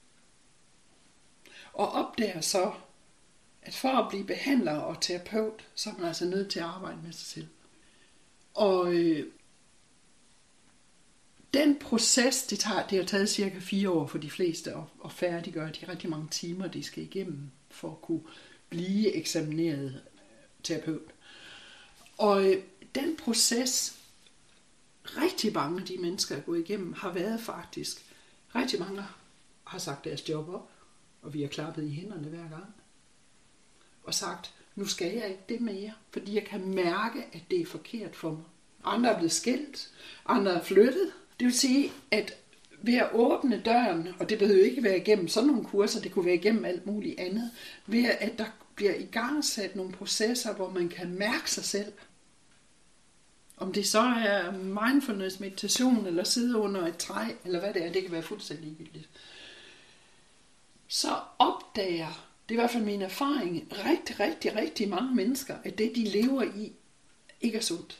Og opdager så, at for at blive behandler og terapeut, så er man altså nødt til at arbejde med sig selv. Og den proces, det har taget cirka 4 år for de fleste at færdiggøre de rigtig mange timer, de skal igennem for at kunne blive eksamineret terapeut. Og den proces, rigtig mange af de mennesker, der er gået igennem, har været faktisk, rigtig mange har sagt deres job op, og vi har klappet i hænderne hver gang, og sagt, nu skal jeg ikke det mere, fordi jeg kan mærke, at det er forkert for mig. Andre er blevet skilt, andre er flyttet. Det vil sige, at ved at åbne døren, og det behøver ikke være igennem sådan nogle kurser, det kunne være igennem alt muligt andet, ved at der bliver igangsat nogle processer, hvor man kan mærke sig selv. Om det så er mindfulness, meditation, eller sidde under et træ, eller hvad det er, det kan være fuldstændig ligegyldigt. Så opdager, det er i hvert fald min erfaring, rigtig mange mennesker, at det, de lever i, ikke er sundt.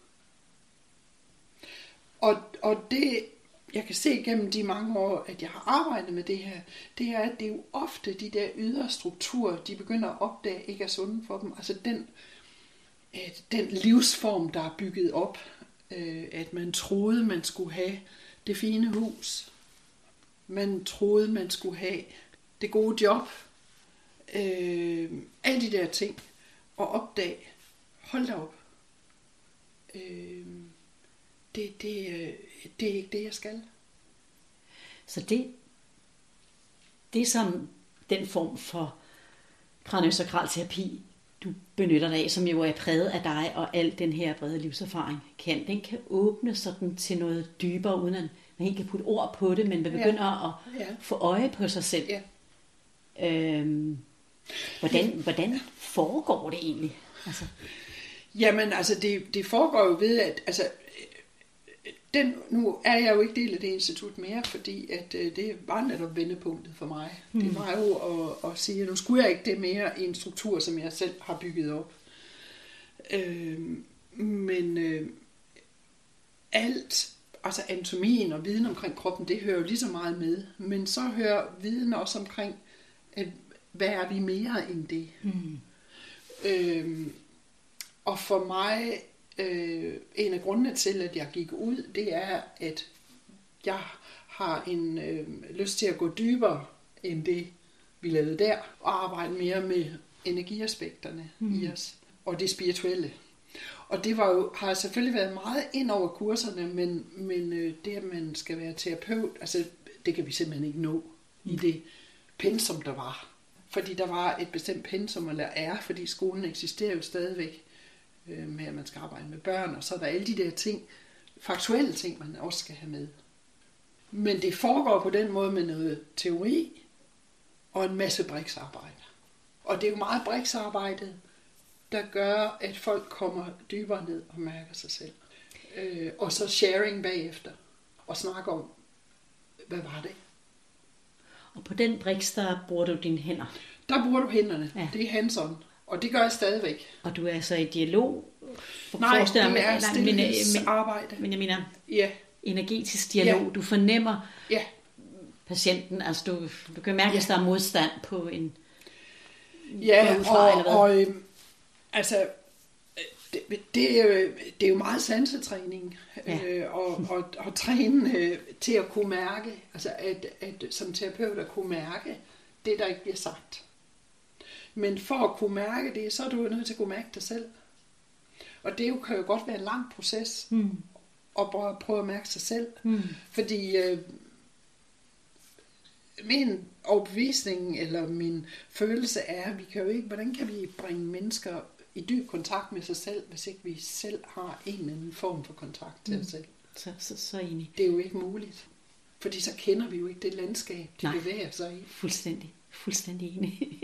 Og det, jeg kan se gennem de mange år, at jeg har arbejdet med det her, det er, at det er jo ofte de der ydre strukturer, de begynder at opdage, ikke er sunde for dem. Altså den livsform, der er bygget op, at man troede, man skulle have det fine hus. Man troede, man skulle have det gode job. Alle de der ting. Og opdage, hold da op. Det er ikke det, jeg skal. Så det som den form for kraniosakrel terapi, du benytter dig af, som jo er præget af dig og al den her brede livserfaring, den kan åbne sådan til noget dybere, uden at man ikke kan putte ord på det, men man begynder at få øje på sig selv. Ja. Hvordan foregår det egentlig? Altså. Jamen, altså det foregår jo ved, at altså, nu er jeg jo ikke del af det institut mere, fordi at det var netop vendepunktet for mig. Det var jo at sige, at nu skulle jeg ikke det mere i en struktur, som jeg selv har bygget op. Men alt, altså anatomien og viden omkring kroppen, det hører jo lige så meget med. Men så hører viden også omkring, at hvad er vi mere end det? Og for mig, en af grundene til, at jeg gik ud, det er, at jeg har en lyst til at gå dybere end det, vi lavede der, og arbejde mere med energiaspekterne i os, og det spirituelle. Og det har selvfølgelig været meget ind over kurserne, men det, at man skal være terapeut, altså det kan vi simpelthen ikke nå i det pensum, der var. Fordi der var et bestemt pensum, eller fordi skolen eksisterer jo stadigvæk, med at man skal arbejde med børn, og så er der alle de der ting, faktuelle ting, man også skal have med. Men det foregår på den måde med noget teori, og en masse briksarbejde. Og det er jo meget briksarbejdet, der gør, at folk kommer dybere ned og mærker sig selv. Og så sharing bagefter, og snakker om, hvad var det? Og på den briks, der bruger du dine hænder? Der bruger du hænderne, det er hands-on. Og det gør jeg stadigvæk. Og du er så i dialog? Nej, det er stillingsarbejde. Men jeg mener, energetisk dialog. Du fornemmer patienten, altså du kan mærke, hvis der er modstand på en... Ja, altså, det er jo meget sansetræning, og træne til at kunne mærke, altså at som terapeut at kunne mærke det, der ikke bliver sagt. Men for at kunne mærke det, så er du nødt til at kunne mærke dig selv. Og det kan jo godt være en lang proces at prøve at mærke sig selv. Fordi min overbevisning eller min følelse er, at hvordan kan vi bringe mennesker i dyb kontakt med sig selv, hvis ikke vi selv har en eller anden form for kontakt til os selv. Så enig. Det er jo ikke muligt. Fordi så kender vi jo ikke det landskab, de bevæger sig i. Fuldstændig enig.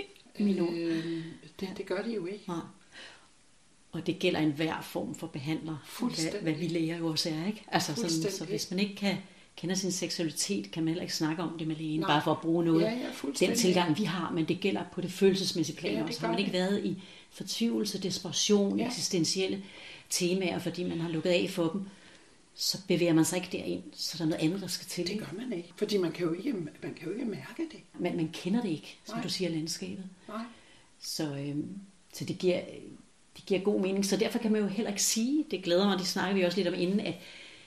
Det gør de jo ikke. Nej. Og det gælder enhver form for behandler, hvad vi lærer jo også er, ikke? Altså sådan, så hvis man ikke kender sin seksualitet, kan man heller ikke snakke om det med lægen, bare for at bruge noget. Den tilgang vi har, men det gælder på det følelsesmæssige plan også. Har man ikke været i fortvivlelse, desperation, eksistentielle temaer, fordi man har lukket af for dem, så bevæger man sig ikke derind, så der er noget andet, der skal til. Det gør man ikke, fordi man kan jo ikke mærke det. Men man kender det ikke, som du siger, landskabet. Nej. Så det giver god mening, så derfor kan man jo heller ikke sige, det glæder mig, det snakker vi også lidt om inden, at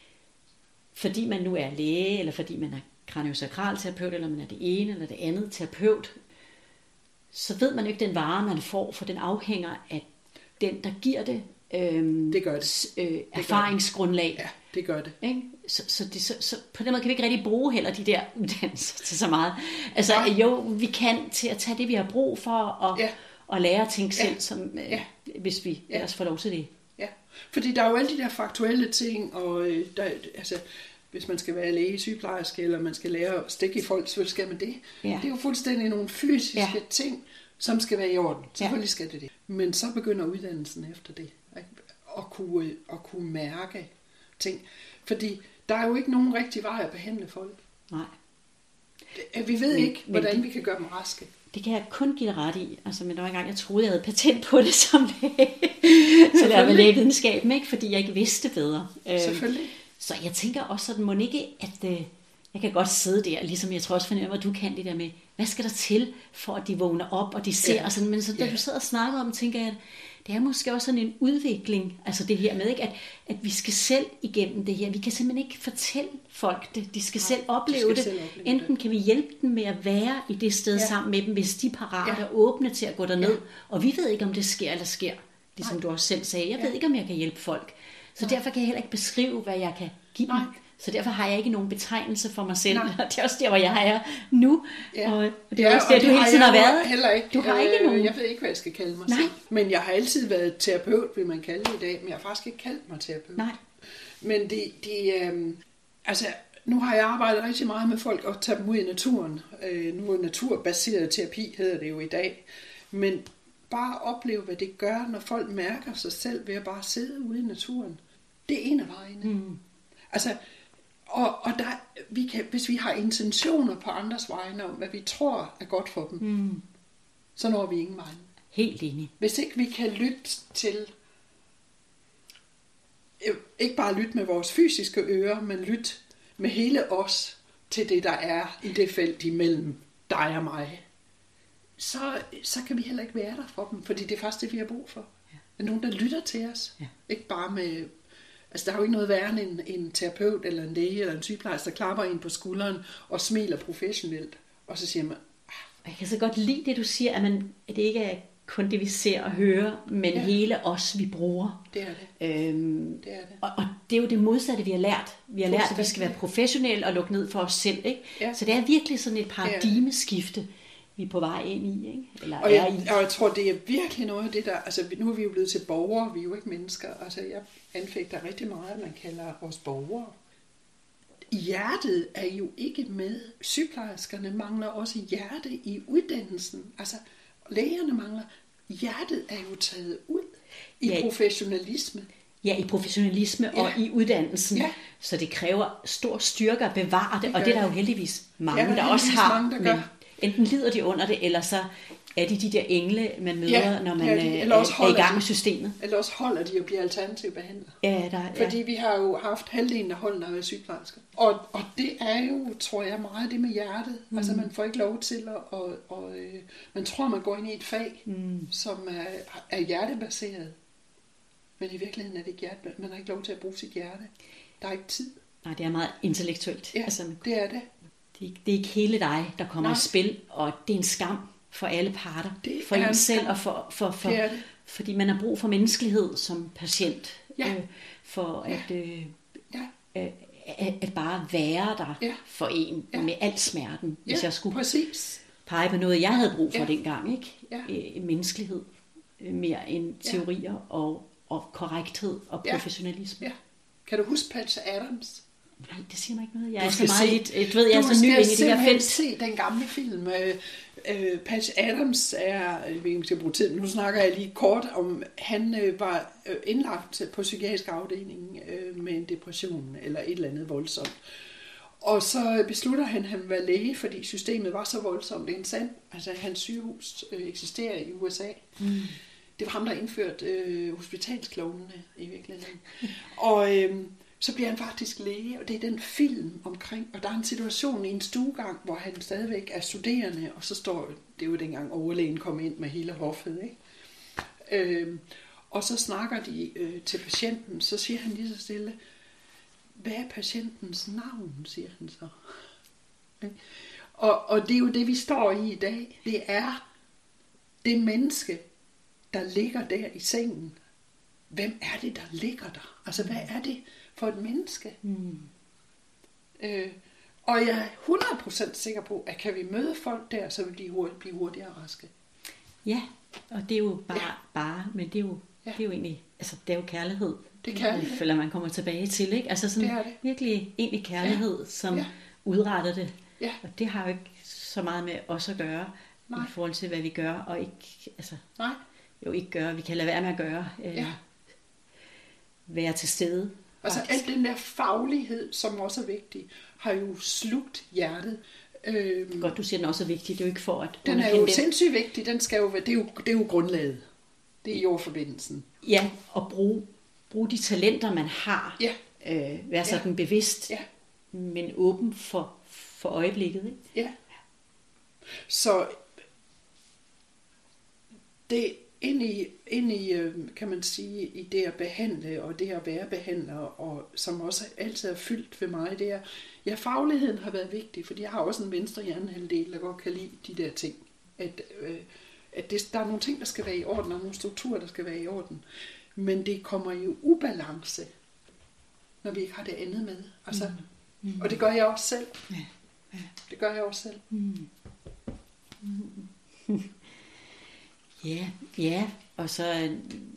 fordi man nu er læge, eller fordi man er kraniosakralterapeut, eller man er det ene eller det andet terapeut, så ved man jo ikke den vare, man får, for den afhænger af den, der giver det, det gør det. Erfaringsgrundlag. Ja, det gør det. Ikke? Så på den måde kan vi ikke rigtig bruge heller de der uddannelser til så meget. Altså jo, vi kan til at tage det, vi har brug for, og lære at tænke selv, hvis vi ellers får lov til det. Ja, fordi der er jo alle de der faktuelle ting, og hvis man skal være læge, sygeplejerske, eller man skal lære at stikke i folk, så skal man det. Ja. Det er jo fuldstændig nogle fysiske ting, som skal være i orden. Selvfølgelig skal det. Men så begynder uddannelsen efter det. At kunne mærke ting. Fordi der er jo ikke nogen rigtig vej at behandle folk. Nej. Vi ved ikke, hvordan vi kan gøre dem raske. Det kan jeg kun give dig ret i. Altså, men der var engang, jeg troede, jeg havde patent på det som læge. Så det var lægevidenskaben, ikke? Fordi jeg ikke vidste bedre. Selvfølgelig. Så jeg tænker også sådan, må ikke, at jeg kan godt sidde der, ligesom jeg tror også fornemmer, at du kan det der med, hvad skal der til, for at de vågner op, og de ser, og sådan, men så da du sidder og snakker om, tænker jeg, at det er måske også sådan en udvikling, altså det her med, ikke, at vi skal selv igennem det her. Vi kan simpelthen ikke fortælle folk det. De skal selv opleve det. Enten kan vi hjælpe dem med at være i det sted sammen med dem, hvis de er parate og åbne til at gå derned. Og vi ved ikke, om det sker eller sker. Det som du også selv sagde. Jeg ved ikke, om jeg kan hjælpe folk. Så derfor kan jeg heller ikke beskrive, hvad jeg kan give dem. Så derfor har jeg ikke nogen betegnelse for mig selv. Det er også der, hvor jeg er nu. Ja. Og det er også der, du hele tiden har været. Heller ikke. Du har ikke nogen. Jeg ved ikke, hvad jeg skal kalde mig selv. Men jeg har altid været terapeut, vil man kalde det i dag. Men jeg har faktisk ikke kaldt mig terapeut. Nej. Men nu har jeg arbejdet rigtig meget med folk og tage dem ud i naturen. Nu er naturbaseret terapi, hedder det jo i dag. Men bare opleve, hvad det gør, når folk mærker sig selv ved at bare sidde ude i naturen. Det er en af vejene. Altså, og hvis vi har intentioner på andres vegne om, hvad vi tror er godt for dem, så når vi ingen vegne. Helt enig. Hvis ikke vi kan lytte til, ikke bare lytte med vores fysiske ører, men lytte med hele os til det, der er i det felt imellem dig og mig, så kan vi heller ikke være der for dem, fordi det er faktisk det, vi har brug for. Ja. Nogen, der lytter til os. Ja. Ikke bare med... Altså, der er jo ikke noget værre end en terapeut, eller en læge, eller en sygeplejerske, der klapper en på skulderen og smiler professionelt. Og så siger man... Jeg kan så godt lide det, du siger, at det ikke er kun det, vi ser og hører, men hele os, vi bruger. Det er det. Det er det. Og det er jo det modsatte, vi har lært. Vi har lært, at vi skal være professionelle og lukke ned for os selv. Ikke? Ja. Så det er virkelig sådan et paradigmeskifte, vi er på vej ind i. Ikke? Eller og jeg tror, det er virkelig noget af det der... Altså, nu er vi jo blevet til borgere, vi er jo ikke mennesker. Altså, jeg anfægter rigtig meget, man kalder os borgere. Hjertet er jo ikke med. Sygeplejerskerne mangler også hjerte i uddannelsen. Altså, lægerne mangler. Hjertet er jo taget ud i professionalisme. Ja, i professionalisme og i uddannelsen. Ja. Så det kræver stor styrke at bevare det, og det er der jo heldigvis mange, der også har. Mange, der enten lider de under det, eller så er de der engle, man møder, når man er i gang med systemet. Eller også holder de og bliver alternativ behandler. Fordi vi har jo haft halvdelen af holdene af sygeplejersker. Og det er jo, tror jeg, meget det med hjertet. Altså man får ikke lov til at man tror, man går ind i et fag, som er hjertebaseret. Men i virkeligheden er det ikke hjerte. Man har ikke lov til at bruge sit hjerte. Der er ikke tid. Nej, det er meget intellektuelt. Ja, det er det. Det er ikke hele dig, der kommer i spil, og det er en skam for alle parter. For en selv og fordi man har brug for menneskelighed som patient. For at bare være der for en med al smerten, hvis jeg skulle præcis. pege på noget, jeg havde brug for dengang. Ikke? Ja. Menneskelighed mere end teorier og korrekthed og professionalisme. Ja. Kan du huske Patch Adams? Nej, det siger mig ikke noget. Jeg er så meget jeg er så ny ind i det her felt. Se den gamle film. Patch Adams jeg ved ikke, om jeg skal bruge tid, nu snakker jeg lige kort om, han var indlagt på psykiatrisk afdeling med en depression eller et eller andet voldsomt. Og så beslutter han, at han vil være læge, fordi systemet var så voldsomt. Det er en sand. Altså, hans sygehus eksisterer i USA. Det var ham, der indførte hospitalsklovnene i virkeligheden. Og så bliver han faktisk læge, og det er den film omkring. Og der er en situation i en stuegang, hvor han stadigvæk er studerende, og så står, det er jo dengang overlægen kom ind med hele hoffet, ikke? Og så snakker de til patienten, så siger han lige så stille, hvad er patientens navn, siger han så. Og det er jo det, vi står i dag. Det er det menneske, der ligger der i sengen. Hvem er det, der ligger der? Altså, hvad er det for et menneske? Og jeg er 100% sikker på, at kan vi møde folk der, så vil de blive hurtigere raske. Ja, og det er jo men det er jo egentlig, altså det er jo kærlighed. Det er kærlighed. Jeg føler, man kommer tilbage til, ikke? Altså sådan det. Virkelig egentlig kærlighed, som udretter det. Ja. Og det har jo ikke så meget med os at gøre, i forhold til, hvad vi gør, og ikke, altså, ikke gøre, vi kan lade være med at gøre, være til stede. Altså alt den der faglighed, som også er vigtig, har jo slugt hjertet. Godt, du siger, den også er vigtig. Det er jo ikke for at den er jo sindssygt vigtig. Den skal jo være, det er jo grundlaget. Det er jordforbindelsen. Ja, og bruge de talenter, man har. Ja. Være sådan bevidst, men åben for øjeblikket. Ikke? Ja. Så det ind i, kan man sige, i det at behandle, og det at være behandler, og som også altid er fyldt ved mig, det er, fagligheden har været vigtig, fordi jeg har også en venstre hjernehalvdel, der godt kan lide de der ting. At der er nogle ting, der skal være i orden, og nogle strukturer, der skal være i orden. Men det kommer i ubalance, når vi ikke har det andet med. Altså, og det gør jeg også selv. Ja. Det gør jeg også selv. Ja, og så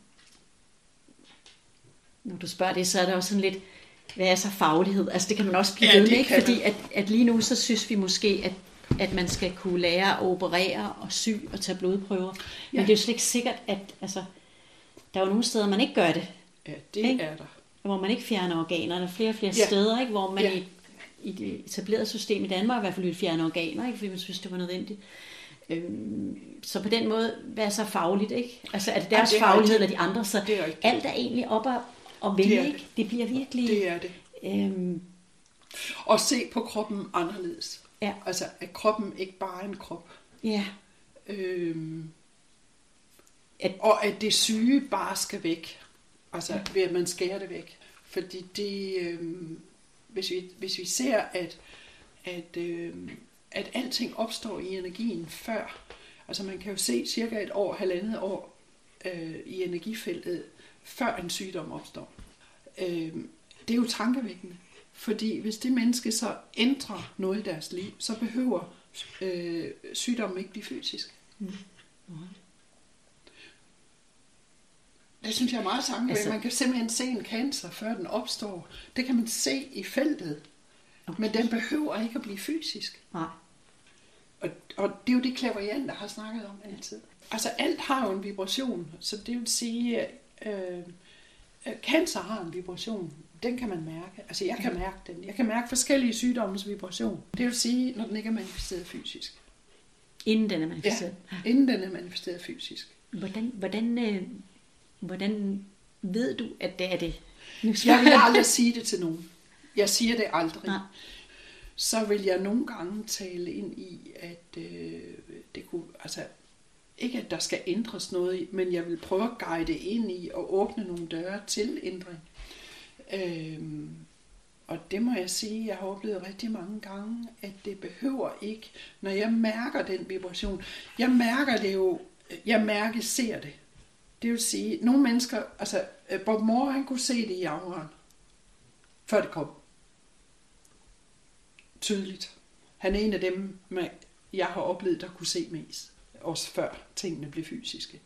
når du spørger det, så er det også sådan lidt, hvad er så faglighed? Altså det kan man også blive ved med, ikke? Fordi at lige nu, så synes vi måske, at man skal kunne lære at operere og sy og tage blodprøver. Men det er jo slet ikke sikkert, at altså, der er jo nogle steder, man ikke gør det. Ja, det ikke? Er der. Hvor man ikke fjerner organerne. Flere og flere steder, ikke? Hvor man i det etablerede system i Danmark i hvert fald vil fjerne organer, ikke? Fordi man synes, det var nødvendigt. Så på den måde, hvad er så fagligt, ikke? Altså er det deres faglighed eller de andre, så alt er egentlig op og vende, ikke? Det bliver virkelig... Det er det. Og se på kroppen anderledes. Ja. Altså at kroppen ikke bare er en krop. Ja. Og at det syge bare skal væk. Altså ved at man skærer det væk. Fordi det... Hvis vi ser, at alting opstår i energien før. Altså man kan jo se cirka 1,5 år i energifeltet, før en sygdom opstår. Det er jo tankevækkende. Fordi hvis det menneske så ændrer noget i deres liv, så behøver sygdommen ikke blive fysisk. Det synes jeg er meget tankevækkende. Altså, man kan simpelthen se en cancer, før den opstår. Det kan man se i feltet. Okay. Men den behøver ikke at blive fysisk. Nej. Og det er jo det, clairvoyante har snakket om altid. Altså alt har jo en vibration, så det vil sige, cancer har en vibration. Den kan man mærke. Altså jeg kan mærke den. Jeg kan mærke forskellige sygdommes vibration. Det vil sige, når den ikke er manifesteret fysisk. Inden den er manifesteret? Ja, inden den er manifesteret fysisk. Hvordan ved du, at det er det? Jeg vil aldrig sige det til nogen. Jeg siger det aldrig. Nej. Så vil jeg nogle gange tale ind i, at det kunne, altså ikke at der skal ændres noget, men jeg vil prøve at guide ind i og åbne nogle døre til ændring. Og det må jeg sige, jeg har oplevet rigtig mange gange, at det behøver ikke, når jeg mærker den vibration. Jeg mærker det jo, ser det. Det vil sige, nogle mennesker, altså Bob Moore, han kunne se det i auraen, før det kom. tydeligt. Han er en af dem, jeg har oplevet, der kunne se mest. Også før tingene blev fysiske.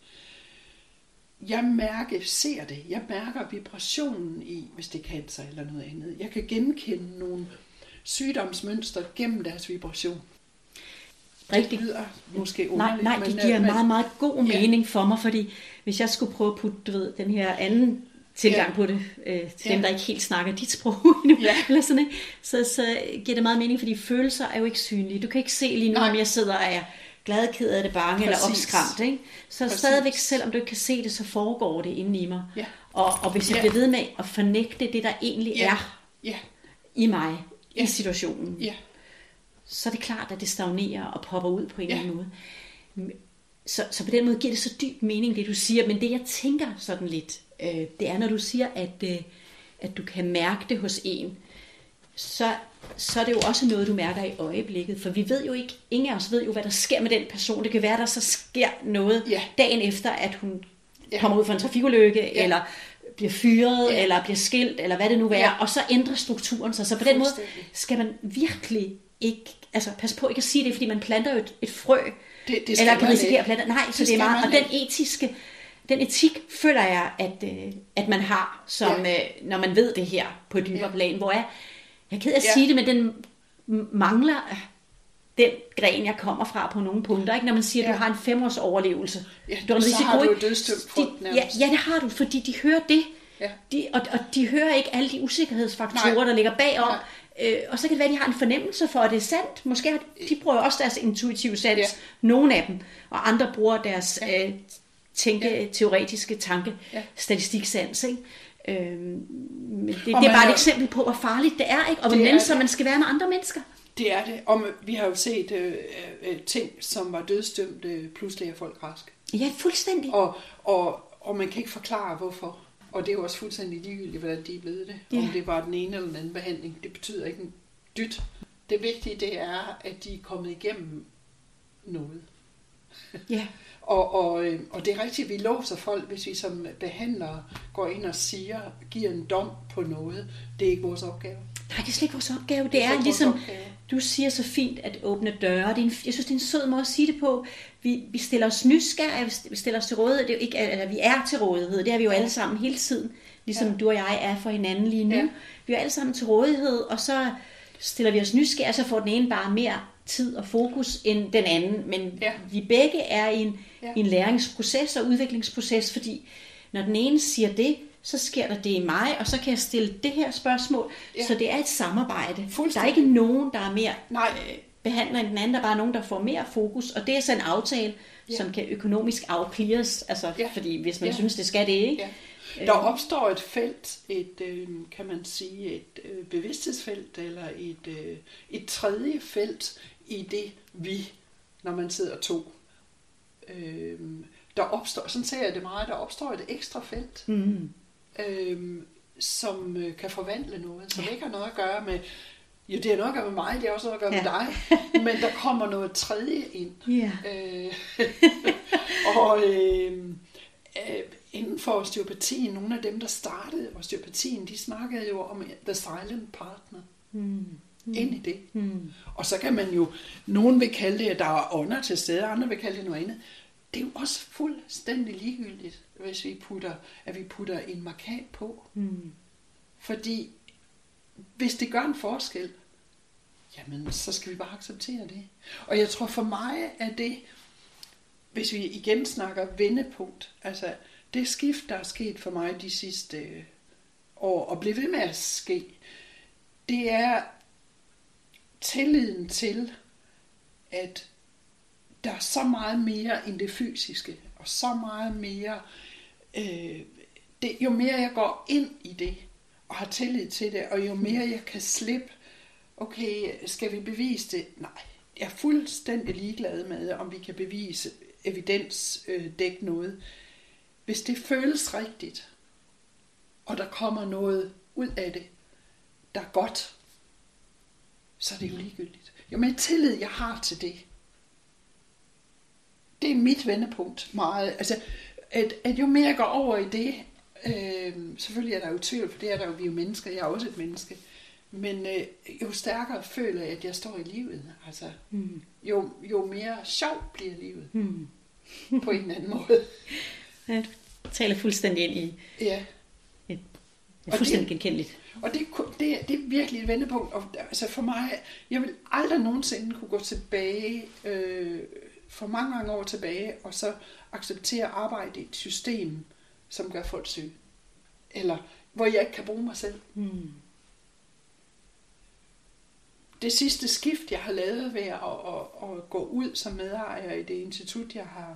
Ser det. Jeg mærker vibrationen i, hvis det er cancer eller noget andet. Jeg kan genkende nogle sygdomsmønstre gennem deres vibration. Rigtigt. Det lyder måske underligt. Nej, det giver meget, meget god mening for mig, fordi hvis jeg skulle prøve at putte, den her anden tilgang på det, til dem, der ikke helt snakker dit sprog endnu, eller sådan, ikke? Så giver det meget mening, fordi følelser er jo ikke synlige. Du kan ikke se lige nu, om jeg sidder og er glad, ked af det, bange eller opskræmt. Ikke? Så stadigvæk, selvom du ikke kan se det, så foregår det inde i mig. Ja. Og hvis jeg bliver ved med at fornægte det, der egentlig er i mig, i situationen, så er det klart, at det stagnerer og popper ud på en eller anden måde. Så på den måde giver det så dyb mening, det du siger. Men det, jeg tænker sådan lidt, det er, når du siger, at du kan mærke det hos en, så er det jo også noget, du mærker i øjeblikket. For vi ved jo ikke, ingen af os ved jo, hvad der sker med den person. Det kan være, der så sker noget dagen efter, at hun kommer ud for en trafikulykke, eller bliver fyret, eller bliver skilt, eller hvad det nu er, og så ændrer strukturen sig. Så på den måde skal man virkelig ikke, altså pas på ikke at sige det, fordi man planter jo et frø, det eller kan risikere at plante. Nej, så det er meget, og den etik føler jeg, at man har, som, når man ved det her på et dybere plan, hvor jeg er ked af at sige det, men den mangler den gren, jeg kommer fra på nogle punkter. Ikke? Når man siger, at du har en 5 års overlevelse. Så har du dødsdømt frygt nærmest. Ja, det har du, fordi de hører det. Ja. Og de hører ikke alle de usikkerhedsfaktorer, der ligger bagom. Og så kan det være, at de har en fornemmelse for, at det er sandt. Måske har de bruger jo også deres intuitive sans, nogle af dem, og andre bruger deres teoretiske statistik-sans. Ikke? Men det er bare et eksempel på, hvor farligt det er, ikke? Og hvordan så man skal være med andre mennesker. Det er det. Og vi har jo set ting, som var dødsdømte, pludselig er folk raske. Ja, fuldstændig. Og man kan ikke forklare, hvorfor. Og det er jo også fuldstændig ligegyldigt, hvordan de er blevet det. Ja. Om det var den ene eller den anden behandling. Det betyder ikke en dyt. Det vigtige, det er, at de er kommet igennem noget. Ja. Og det er rigtigt, at vi låser folk, hvis vi som behandlere går ind og giver en dom på noget. Det er ikke vores opgave. Nej, det er slet ikke vores opgave. Det er ligesom, du siger så fint, at åbne døre. Jeg synes, det er en sød måde at sige det på. Vi stiller os nysgerrige, vi stiller os til rådighed. Det er jo ikke, at vi er til rådighed. Det er vi jo alle sammen hele tiden. Ligesom du og jeg er for hinanden lige nu. Ja. Vi er alle sammen til rådighed, og så stiller vi os nysgerrige, så får den ene bare mere tid og fokus end den anden. Men vi begge er i en læringsproces og udviklingsproces, fordi når den ene siger det, så sker der det i mig, og så kan jeg stille det her spørgsmål. Ja. Så det er et samarbejde. Der er ikke nogen, der er mere behandler end den anden, der er bare nogen, der får mere fokus, og det er så en aftale, som kan økonomisk afcleares, altså, fordi hvis man synes, det skal det, ikke? Ja. Der opstår et felt, kan man sige, et bevidsthedsfelt, eller et tredje felt i det vi, når man sidder to. Der opstår, sådan ser jeg det meget, der opstår et ekstra felt, som kan forvandle noget, som ikke har noget at gøre med, jo det har noget at gøre med mig, det har også noget at gøre med dig, men der kommer noget tredje ind. Inden for osteopatien, nogle af dem, der startede osteopatien, de snakkede jo om the silent partner. Ind i det. Og så kan man jo, nogen vil kalde det, at der er ånder til stede, andre vil kalde det noget andet. Det er jo også fuldstændig ligegyldigt, hvis vi putter en markat på. Fordi hvis det gør en forskel, jamen så skal vi bare acceptere det. Og jeg tror for mig er det, hvis vi igen snakker vendepunkt, altså det skift, der er sket for mig de sidste år, og bliver ved med at ske, det er tilliden til, at der er så meget mere end det fysiske, og så meget mere, jo mere jeg går ind i det, og har tillid til det, og jo mere jeg kan slippe, okay, skal vi bevise det? Nej, jeg er fuldstændig ligeglad med, om vi kan bevise evidensdække noget. Hvis det føles rigtigt, og der kommer noget ud af det, der er godt, så er det jo ligegyldigt. Jo mere tillid jeg har til det, det er mit vendepunkt meget. Altså, at jo mere jeg går over i det, selvfølgelig er der jo tvivl, for det er der jo, vi er jo mennesker, jeg er også et menneske, Men jo stærkere føler jeg, at jeg står i livet. Altså, jo mere sjov bliver livet. På en eller anden måde. Ja, du taler fuldstændig ind i et fuldstændig genkendeligt. Og det er virkelig et vendepunkt. Og, altså for mig, jeg vil aldrig nogensinde kunne gå tilbage, for mange år tilbage, og så acceptere at arbejde i et system, som gør folk syge. Eller hvor jeg ikke kan bruge mig selv. Det sidste skift, jeg har lavet ved at gå ud som medejer i det institut, jeg har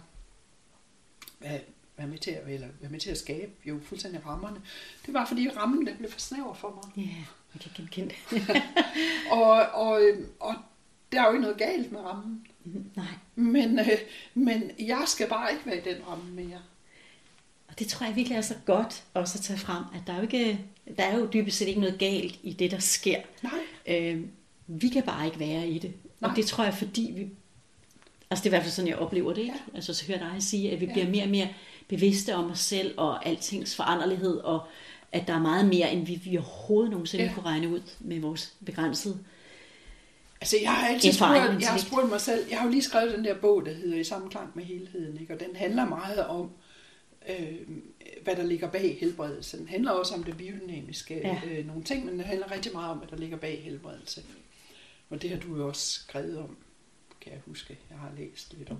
været med til at skabe, jo fuldstændig rammerne, det var fordi rammen den blev for snæver for mig. Ja, jeg kan genkende og der er jo ikke noget galt med rammen. Nej. Men jeg skal bare ikke være i den ramme mere. Og det tror jeg virkelig er så godt også at tage frem, at der er jo dybest set ikke noget galt i det, der sker. Nej. Vi kan bare ikke være i det. Nej. Og det tror jeg, fordi vi... Altså det er i hvert fald sådan, jeg oplever det, ikke? Ja. Altså så hører dig sige, at vi bliver mere og mere bevidste om os selv og altings foranderlighed, og at der er meget mere, end vi overhovedet nogensinde kunne regne ud med vores begrænsede. Altså jeg har altid spurgt mig selv, jeg har jo lige skrevet den der bog, der hedder I sammenklang med helheden, ikke? Og den handler meget om, hvad der ligger bag helbredelse. Den handler også om det biodynamiske, nogle ting, men den handler rigtig meget om, hvad der ligger bag helbredelse. Og det har du jo også skrevet om, kan jeg huske. Jeg har læst lidt om.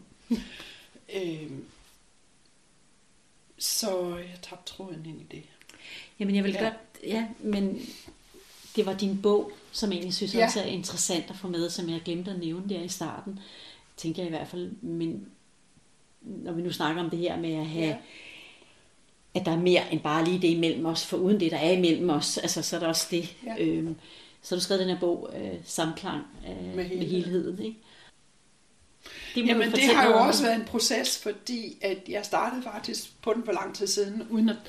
Så jeg tabte tråden ind i det. Jamen jeg vil godt, men det var din bog, som egentlig synes også er interessant at få med, som jeg glemte at nævne der i starten. Tænker jeg i hvert fald, men når vi nu snakker om det her med at have, at der er mere end bare lige det imellem os, for uden det, der er imellem os, altså så er der også det. Ja. Så har du skrevet den her bog, Samklang med helheden, ikke? Det har jo også været en proces, fordi at jeg startede faktisk på den for lang tid siden,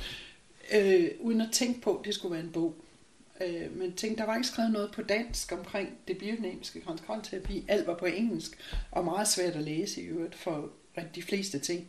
uden at tænke på, at det skulle være en bog. Men tænkte, der var ikke skrevet noget på dansk omkring det biodynamiske kontrakterapi. Alt var på engelsk, og meget svært at læse i øvrigt for de fleste ting.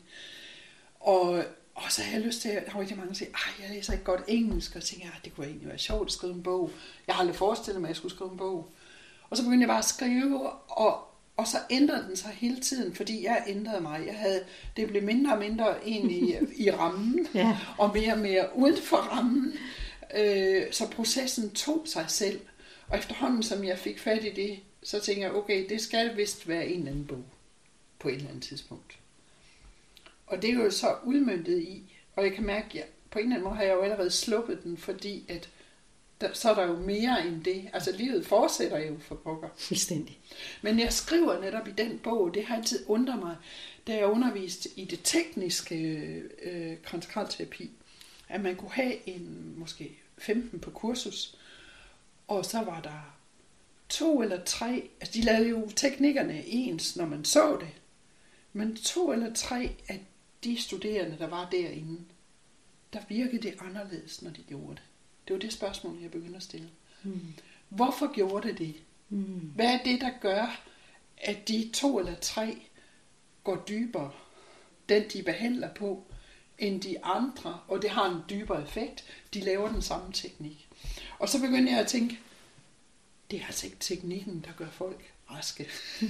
Og så havde jeg lyst til, der var rigtig mange, der siger, jeg læser ikke godt engelsk, og så tænkte jeg, det kunne egentlig være sjovt at skrive en bog. Jeg har aldrig forestillet mig, at jeg skulle skrive en bog. Og så begyndte jeg bare at skrive, og så ændrede den sig hele tiden, fordi jeg ændrede mig. Det blev mindre og mindre egentlig i rammen, og mere og mere uden for rammen. Så processen tog sig selv. Og efterhånden, som jeg fik fat i det, så tænkte jeg, okay, det skal vist være en eller anden bog på et eller andet tidspunkt. Og det er jo så udmøntet i, og jeg kan mærke, at på en eller anden måde har jeg jo allerede sluppet den, fordi at så er der jo mere end det. Altså livet fortsætter jo for pokker. Fuldstændig. Men jeg skriver netop i den bog, det har altid undret mig, da jeg underviste i det tekniske kontrakterapi, at man kunne have måske 15 på kursus, og så var der 2 eller 3, altså de lavede jo teknikkerne ens, når man så det, men 2 eller 3 af de studerende, der var derinde, der virkede det anderledes, når de gjorde det. Det var det spørgsmål, jeg begyndte at stille. Hvorfor gjorde det det? Hvad er det, der gør, at de 2 eller 3 går dybere, den de behandler på, end de andre, og det har en dybere effekt, de laver den samme teknik. Og så begyndte jeg at tænke, det er altså ikke teknikken, der gør folk raske.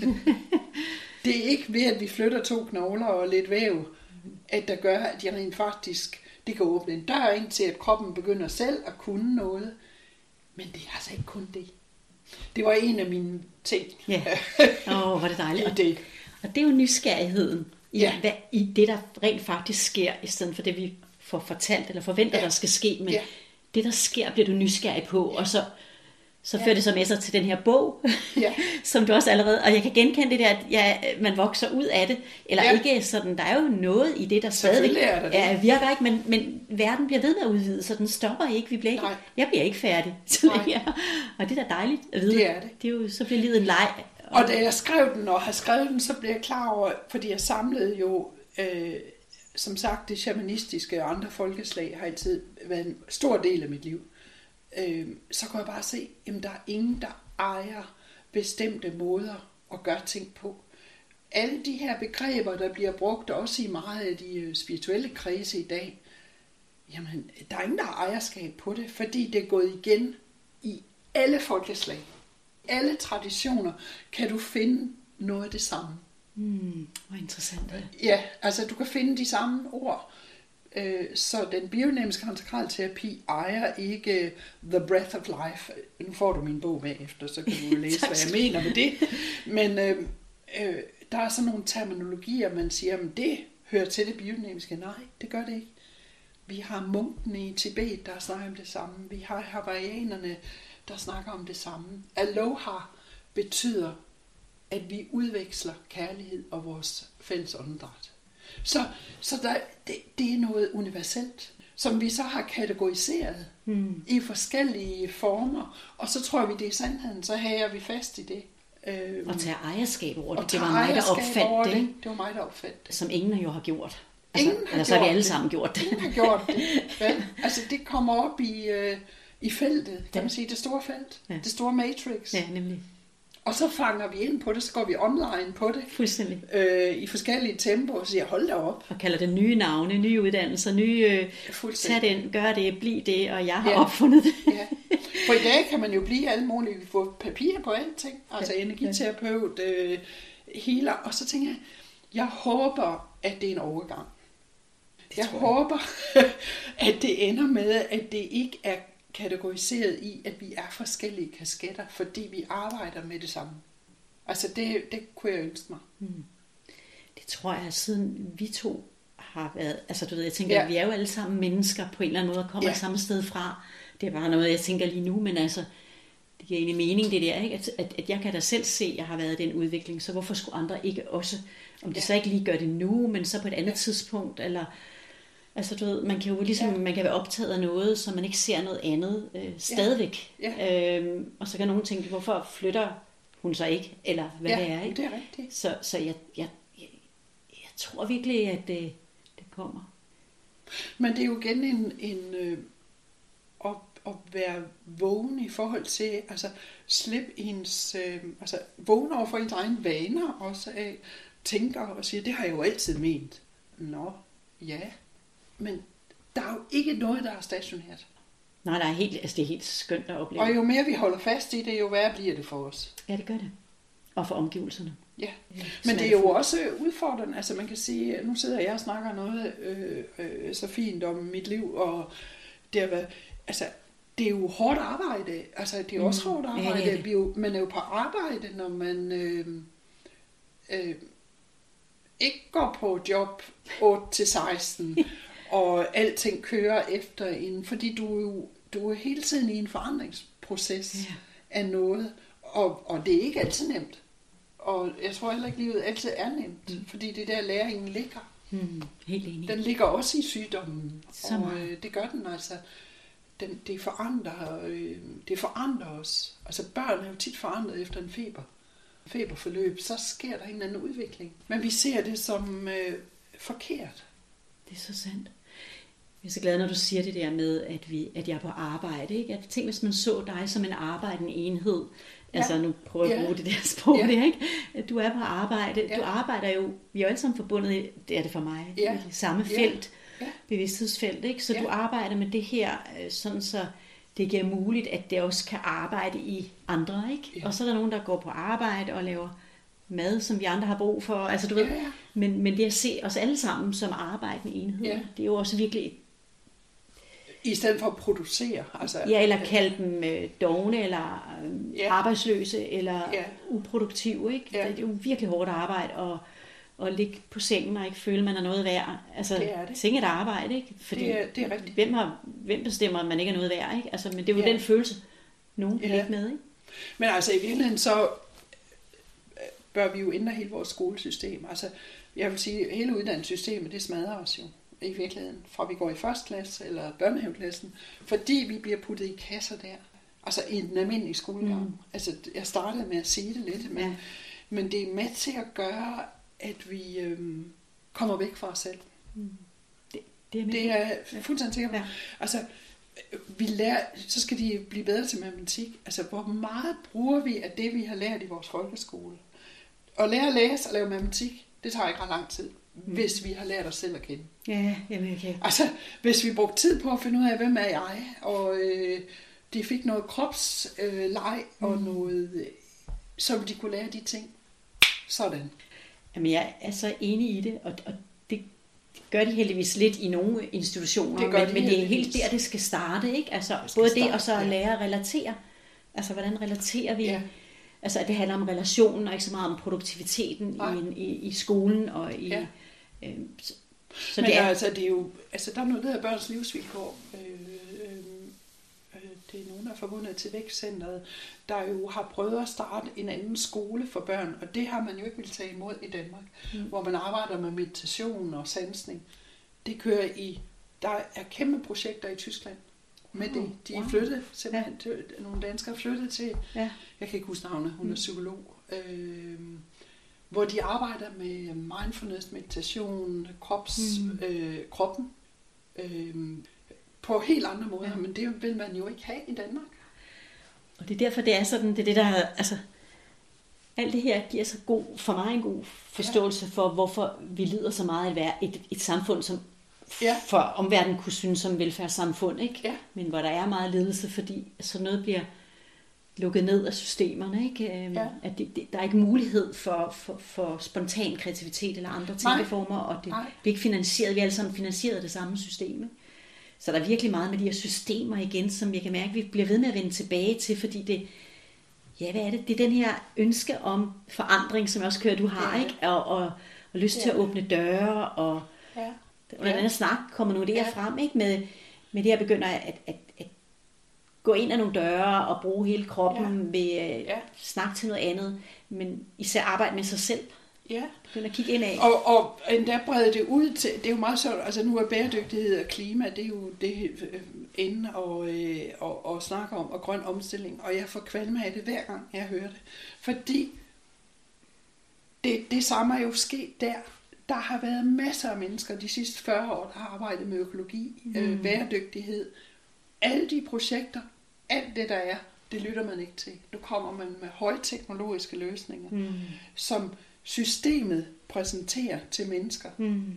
Det er ikke ved, at vi flytter 2 knogler og lidt væv, at der gør, at de rent faktisk, det kan åbne en dør ind til, at kroppen begynder selv at kunne noget. Men det er altså ikke kun det. Det var en af mine ting. Ja. Hvor er det dejligt. Og det er jo nysgerrigheden i det, der rent faktisk sker, i stedet for det, vi får fortalt eller forventer, der skal ske. Men det, der sker, bliver du nysgerrig på, og så fører det så med sig til den her bog, som du også allerede, og jeg kan genkende det der, at man vokser ud af det, eller ikke sådan, der er jo noget i det, der stadigvæk virker ikke, men verden bliver ved med at udvide, så den stopper ikke, jeg bliver ikke færdig. Og det er da dejligt at vide. Det er det. Det er jo, så bliver livet en leg. Og da jeg skrev den, og har skrevet den, så blev jeg klar over, fordi jeg samlede jo, som sagt, det shamanistiske og andre folkeslag har altid været en stor del af mit liv. Så kan jeg bare se, at der er ingen, der ejer bestemte måder at gøre ting på. Alle de her begreber, der bliver brugt også i meget af de spirituelle kredse i dag, jamen, der er ingen, der har ejerskab på det, fordi det er gået igen i alle folkeslag, alle traditioner, kan du finde noget af det samme. Hvor interessant. Ja, altså du kan finde de samme ord. Så den biodynamiske integralterapi ejer ikke the breath of life. Nu får du min bog bagefter, så kan du læse, hvad jeg mener med det. Men der er sådan nogle terminologier, man siger, at det hører til det biodynamiske. Nej, det gør det ikke. Vi har munkene i Tibet, der snakker om det samme. Vi har hawaiianerne, der snakker om det samme. Aloha betyder, at vi udveksler kærlighed og vores fælles åndedræt. Så det er noget universelt, som vi så har kategoriseret i forskellige former. Og så tror vi, det er sandheden, så hænger vi fast i det. Og tage ejerskab over det. Det var mig, der opfandt det. Det var mig, der opfandt det. Som ingen jo har gjort. Ingen så har vi alle sammen gjort det. Ingen har gjort det. Ja. Altså det kommer op i feltet, kan man sige. Det store felt. Ja. Det store matrix. Ja, nemlig. Og så fanger vi ind på det, så går vi online på det. Fuldstændig. I forskellige tempoer og siger, hold da op. Og kalder det nye navne, nye uddannelser, nye... Tag den, gør det, bliv det, og jeg har opfundet det. Ja. For i dag kan man jo blive alle mulige, få papir på alting. Altså energiterapeut, healer. Og så tænker jeg håber, at det er en overgang. Jeg håber, at det ender med, at det ikke er kategoriseret i, at vi er forskellige kasketter, fordi vi arbejder med det samme. Altså det kunne jeg ønske mig. Det tror jeg, siden vi to har været, altså du ved, jeg tænker, at vi er jo alle sammen mennesker på en eller anden måde, og kommer samme sted fra. Det er bare noget, jeg tænker lige nu, men altså, det giver egentlig mening det der, ikke? At jeg kan da selv se, at jeg har været i den udvikling, så hvorfor skulle andre ikke også? Om de så ikke lige gør det nu, men så på et andet tidspunkt, eller... Altså du ved, man kan jo ligesom, man kan være optaget af noget, så man ikke ser noget andet stadigvæk. Ja. Og så kan nogen tænke, hvorfor flytter hun så ikke, eller hvad det er, ikke? Det er rigtigt. Så jeg tror virkelig, at det kommer. Men det er jo igen at være vågen i forhold til, altså slip ens, altså vågen over for ens egen vaner også af, tænker og siger, det har jeg jo altid ment. Nå, ja. Men der er jo ikke noget, der er stationært. Nej, det er helt skønt at opleve. Og jo mere vi holder fast i det, jo værre bliver det for os. Ja, det gør det. Og for omgivelserne. Ja, men det er jo også udfordrende. Altså man kan sige, nu sidder jeg og snakker noget så fint om mit liv, og det har været, altså det er jo hårdt arbejde. Altså det er også hårdt arbejde. Ja. Man er jo på arbejde, når man ikke går på job 8-16, og alting kører efter en, fordi du er hele tiden i en forandringsproces af noget, og det er ikke altid nemt. Og jeg tror heller ikke, livet altid er nemt, fordi det der læringen ligger. Helt enig. Den ligger også i sygdommen, og det gør den altså. Det forandrer os. Altså børn er jo tit forandret efter en feberforløb, så sker der en eller anden udvikling. Men vi ser det som forkert. Det er så sandt. Jeg er så glad, når du siger det der med, at jeg er på arbejde. Ikke? Jeg tænker, hvis man så dig som en arbejdende enhed. Ja. Altså nu prøver jeg at bruge det der sprog der, ikke? At du er på arbejde. Ja. Du arbejder jo, vi er jo alle sammen forbundet, det er det for mig, i det samme felt, bevidsthedsfelt. Ikke? Så du arbejder med det her, sådan så det giver muligt, at det også kan arbejde i andre. Ikke? Ja. Og så er der nogen, der går på arbejde og laver mad, som vi andre har brug for. Altså du ved, men det at se os alle sammen som arbejdende enheder, det er jo også virkelig... I stedet for at producere. Altså, eller kalde dem dovne, eller arbejdsløse, eller uproduktive. Ikke? Det er jo virkelig hårdt arbejde at ligge på sengen og ikke føle, man er noget værd. Altså, det er det. Ting er et arbejde, ikke? Fordi det er rigtigt. Hvem bestemmer, at man ikke er noget værd, ikke? Altså, men det er jo den følelse, nogen kan ligge med, ikke? Men altså i virkeligheden så bør vi jo ændre hele vores skolesystem. Altså, jeg vil sige, hele uddannelsessystemet, det smadrer os jo i virkeligheden, fra vi går i første klasse eller børnehaveklassen, fordi vi bliver puttet i kasser der. Altså i den almindelige skolegang. Altså, jeg startede med at sige det lidt, men det er med til at gøre, at vi kommer væk fra os selv. Det er fuldstændig sikkert. Ja. Altså, vi lærer, så skal de blive bedre til matematik. Altså, hvor meget bruger vi af det, vi har lært i vores folkeskole? At lære at læse og lave matematik, det tager ikke ret lang tid, hvis vi har lært os selv at kende. Ja, jamen okay. Altså, hvis vi brugte tid på at finde ud af, hvem er jeg, og de fik noget kropsleg og noget, så de kunne lære de ting. Sådan. Jamen, jeg er så enig i det, og det gør de heldigvis lidt i nogle institutioner, men det er helt der, det skal starte, ikke? Altså, både det og så at lære at relatere. Altså, hvordan relaterer vi? Ja. Altså, at det handler om relationen, og ikke så meget om produktiviteten i skolen og i... Ja. Så men det er, altså, det er jo... Altså, der er noget, der hedder børns livsvilkår. Det er nogen, der er forbundet til Vækstcentret, der jo har prøvet at starte en anden skole for børn, og det har man jo ikke vil tage imod i Danmark, hvor man arbejder med meditation og sansning. Det kører der er kæmpe projekter i Tyskland med det. De er flyttet, simpelthen, nogle danskere er flyttet til, jeg kan ikke huske navnet, hun er psykolog, hvor de arbejder med mindfulness, meditation, kroppen, på helt andre måder, men det vil man jo ikke have i Danmark. Og det er derfor, det er sådan, det er det, der har, altså, alt det her giver så for mig en god forståelse for, hvorfor vi lider så meget af et samfund, som for omverdenen kunne synes som velfærdssamfund, ikke? Ja. Men hvor der er meget lidelse, fordi sådan noget bliver lukket ned af systemerne, ikke? At der er ikke mulighed for spontan kreativitet eller andre tænkeformer, og det er ikke finansieret, vi er alle sammen finansieret af det samme system, ikke? Så der er virkelig meget med de her systemer igen, som jeg kan mærke, at vi bliver ved med at vende tilbage til, fordi det, hvad er det? Det er den her ønske om forandring, som jeg også kører, du har, ikke? Og lyst til at åbne døre, og hvordan den snak kommer nogle idéer frem, ikke? Med det, jeg begynder at gå ind ad nogle døre og bruge hele kroppen ved snak til noget andet, men især arbejde med sig selv. Ja. Den at kigge ind af. Og endda brede det ud til, det er jo meget sjovt, altså nu er bæredygtighed og klima, det er jo det inde og snakke om, og grøn omstilling, og jeg får kvalme af det hver gang jeg hører det. Fordi det samme er jo sket der. Der har været masser af mennesker de sidste 40 år, der har arbejdet med økologi, bæredygtighed. Alle de projekter, alt det der er, det lytter man ikke til. Nu kommer man med højteknologiske løsninger, som systemet præsenterer til mennesker.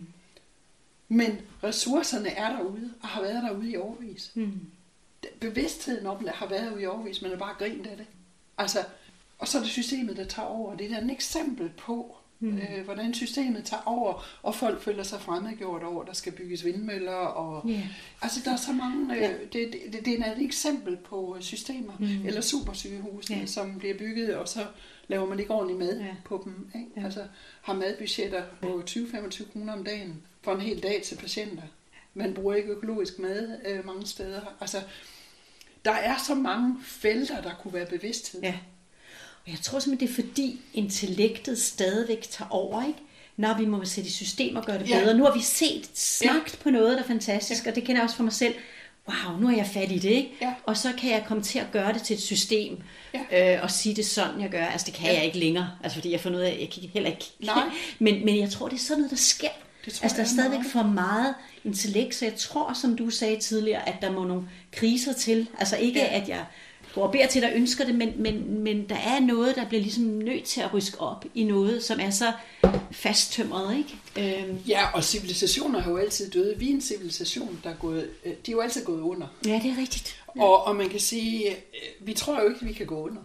Men ressourcerne er derude, og har været derude i årevis. Bevidstheden om det har været derude i årevis, men er bare grint af det. Altså, og så er det systemet, der tager over. Det er et eksempel på, hvordan systemet tager over, og folk føler sig fremmedgjort over, der skal bygges vindmøller. Og, altså, der er så mange... Det er et eksempel på systemer, eller supersygehusene, som bliver bygget, og så laver man ikke ordentlig mad på dem. Ikke? Ja. Altså har madbudgetter på 20-25 kroner om dagen for en hel dag til patienter. Man bruger ikke økologisk mad mange steder. Altså, der er så mange felter, der kunne være bevidsthed. Ja. Og jeg tror simpelthen, det er fordi intellektet stadigvæk tager over, ikke? Når vi må sætte i system og gøre det bedre. Nu har vi smagt på noget, der er fantastisk, og det kender jeg også for mig selv. Wow, nu er jeg fat i det, ikke? Ja. Og så kan jeg komme til at gøre det til et system, og sige det sådan, jeg gør. Altså, det kan jeg ikke længere, altså, fordi jeg har fundet ud af, at jeg kan heller ikke. Nej. Men jeg tror, det er sådan noget, der sker. Altså, der er stadigvæk for meget intellekt, så jeg tror, som du sagde tidligere, at der må nogle kriser til. Altså, ikke at jeg går og beder til, der ønsker det, men der er noget, der bliver ligesom nødt til at ryske op i noget, som er så fasttømret, ikke? Ja, og civilisationer har jo altid døde. Vi er en civilisation, der er gået, de er jo altid gået under. Ja, det er rigtigt. Ja. Og man kan sige, vi tror jo ikke, vi kan gå under.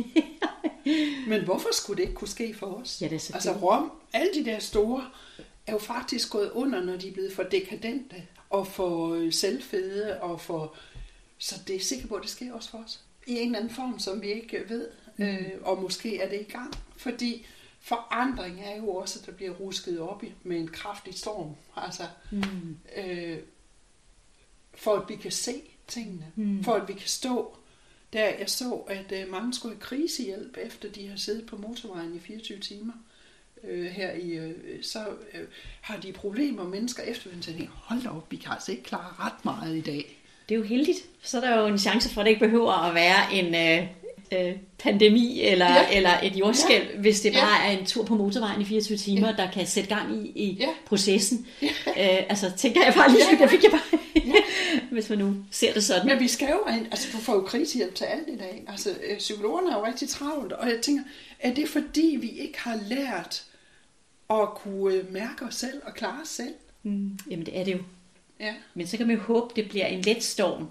Men hvorfor skulle det ikke kunne ske for os? Ja, det er altså Rom, alle de der store, er jo faktisk gået under, når de er blevet for dekadente, og for selvfede, og for... Så det er sikkert på, at det sker også for os. I en eller anden form, som vi ikke ved. Og måske er det i gang. Fordi forandring er jo også, at der bliver rusket op med en kraftig storm. Altså, for at vi kan se tingene. For at vi kan stå. Der jeg så, at mange skulle have krisehjælp, efter de har siddet på motorvejen i 24 timer. Så har de problemer, mennesker efterfølgende tænker, hold da op, vi kan altså ikke klare ret meget i dag. Det er jo heldigt, så er der jo en chance for, at det ikke behøver at være en pandemi eller et jordskælv, hvis det bare er en tur på motorvejen i 24 timer, der kan sætte gang i processen. Altså tænker jeg bare lige, det fik jeg bare, hvis man nu ser det sådan. Men vi skal jo, altså du får jo krisehjælp til alt i dag. Altså psykologerne er jo rigtig travlt, og jeg tænker, er det fordi vi ikke har lært at kunne mærke os selv og klare os selv? Jamen det er det jo. Ja. Men så kan man jo håbe, det bliver en let storm,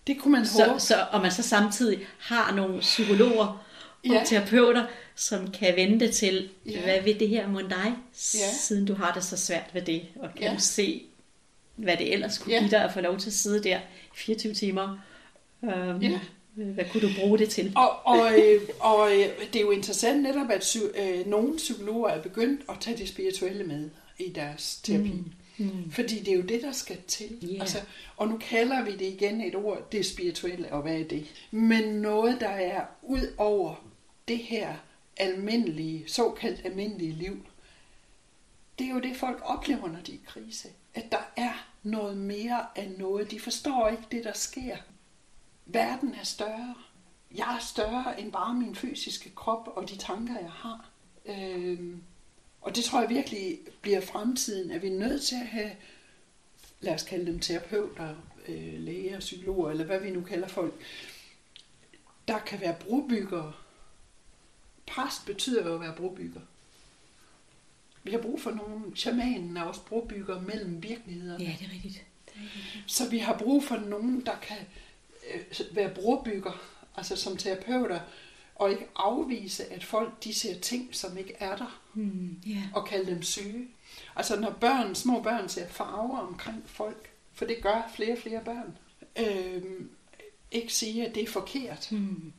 Det kunne man håbe. Og man så samtidig har nogle psykologer og terapeuter, som kan vende det til, hvad vil det her mod dig, siden du har det så svært ved det, og kan du se, hvad det ellers kunne give dig at få lov til at sidde der 24 timer. Hvad kunne du bruge det til? Og det er jo interessant netop, at nogle psykologer er begyndt at tage det spirituelle med i deres terapi. Fordi det er jo det, der skal til. Yeah. Altså, og nu kalder vi det igen et ord, det spirituelle, og hvad er det? Men noget, der er ud over det her almindelige, såkaldt almindelige liv, det er jo det, folk oplever, når de er i krise. At der er noget mere end noget. De forstår ikke det, der sker. Verden er større. Jeg er større end bare min fysiske krop og de tanker, jeg har. Og det tror jeg virkelig bliver fremtiden, at vi er nødt til at have, lad os kalde dem terapeuter, læger, psykologer, eller hvad vi nu kalder folk, der kan være brobyggere. Præst betyder jo at være brobygger. Vi har brug for nogle, shamanen er også brobygger mellem virkelighederne. Ja, det er rigtigt. Så vi har brug for nogen, der kan være brobygger, altså som terapeuter, og ikke afvise, at folk de ser ting, som ikke er der, og kalde dem syge. Altså når små børn ser farver omkring folk, for det gør flere og flere børn, ikke sige, at det er forkert.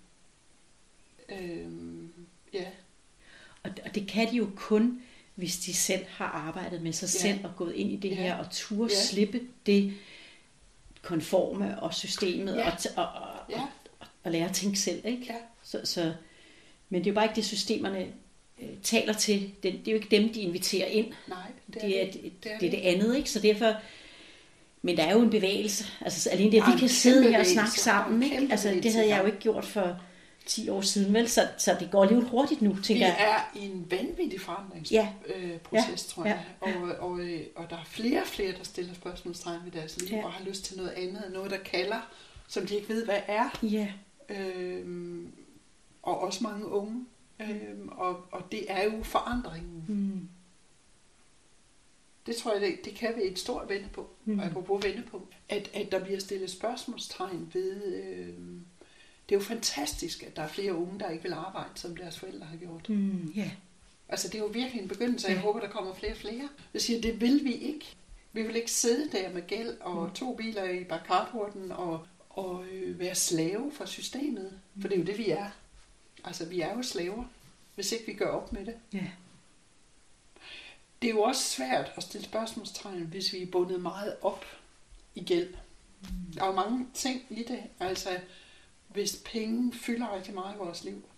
Og det kan de jo kun, hvis de selv har arbejdet med sig selv og gået ind i det her og turde slippe det konforme og systemet og lære at tænke selv, ikke? Ja. Så, men det er jo bare ikke det, systemerne taler til. Det er jo ikke dem, de inviterer ind. Nej, det er det andet, ikke? Så derfor, men der er jo en bevægelse. Altså alene det, at vi kan sidde her og snakke sammen, ikke? Altså det havde jeg jo ikke gjort for 10 år siden, vel? Så det går lidt hurtigt nu, tænker jeg. Vi er i en vanvittig forandringsproces, tror jeg. Og der er flere og flere, der stiller spørgsmålstegn ved deres liv, og har lyst til noget andet, noget der kalder, som de ikke ved, hvad er. Ja. Og også mange unge. Og det er jo forandringen. Det tror jeg, det kan være et stort vendepunkt, og apropos vendepunkt, at der bliver stillet spørgsmålstegn ved... Det er jo fantastisk, at der er flere unge, der ikke vil arbejde, som deres forældre har gjort. Altså det er jo virkelig en begyndelse, og jeg håber, der kommer flere og flere. Jeg siger, det vil vi ikke. Vi vil ikke sidde der med gæld og 2 biler i carporten og være slave for systemet. For det er jo det, vi er. Altså vi er jo slaver, hvis ikke vi gør op med det. Det er jo også svært at stille spørgsmålstegn, hvis vi er bundet meget op i gæld. Der er jo mange ting i det. Altså hvis penge fylder rigtig meget i vores liv,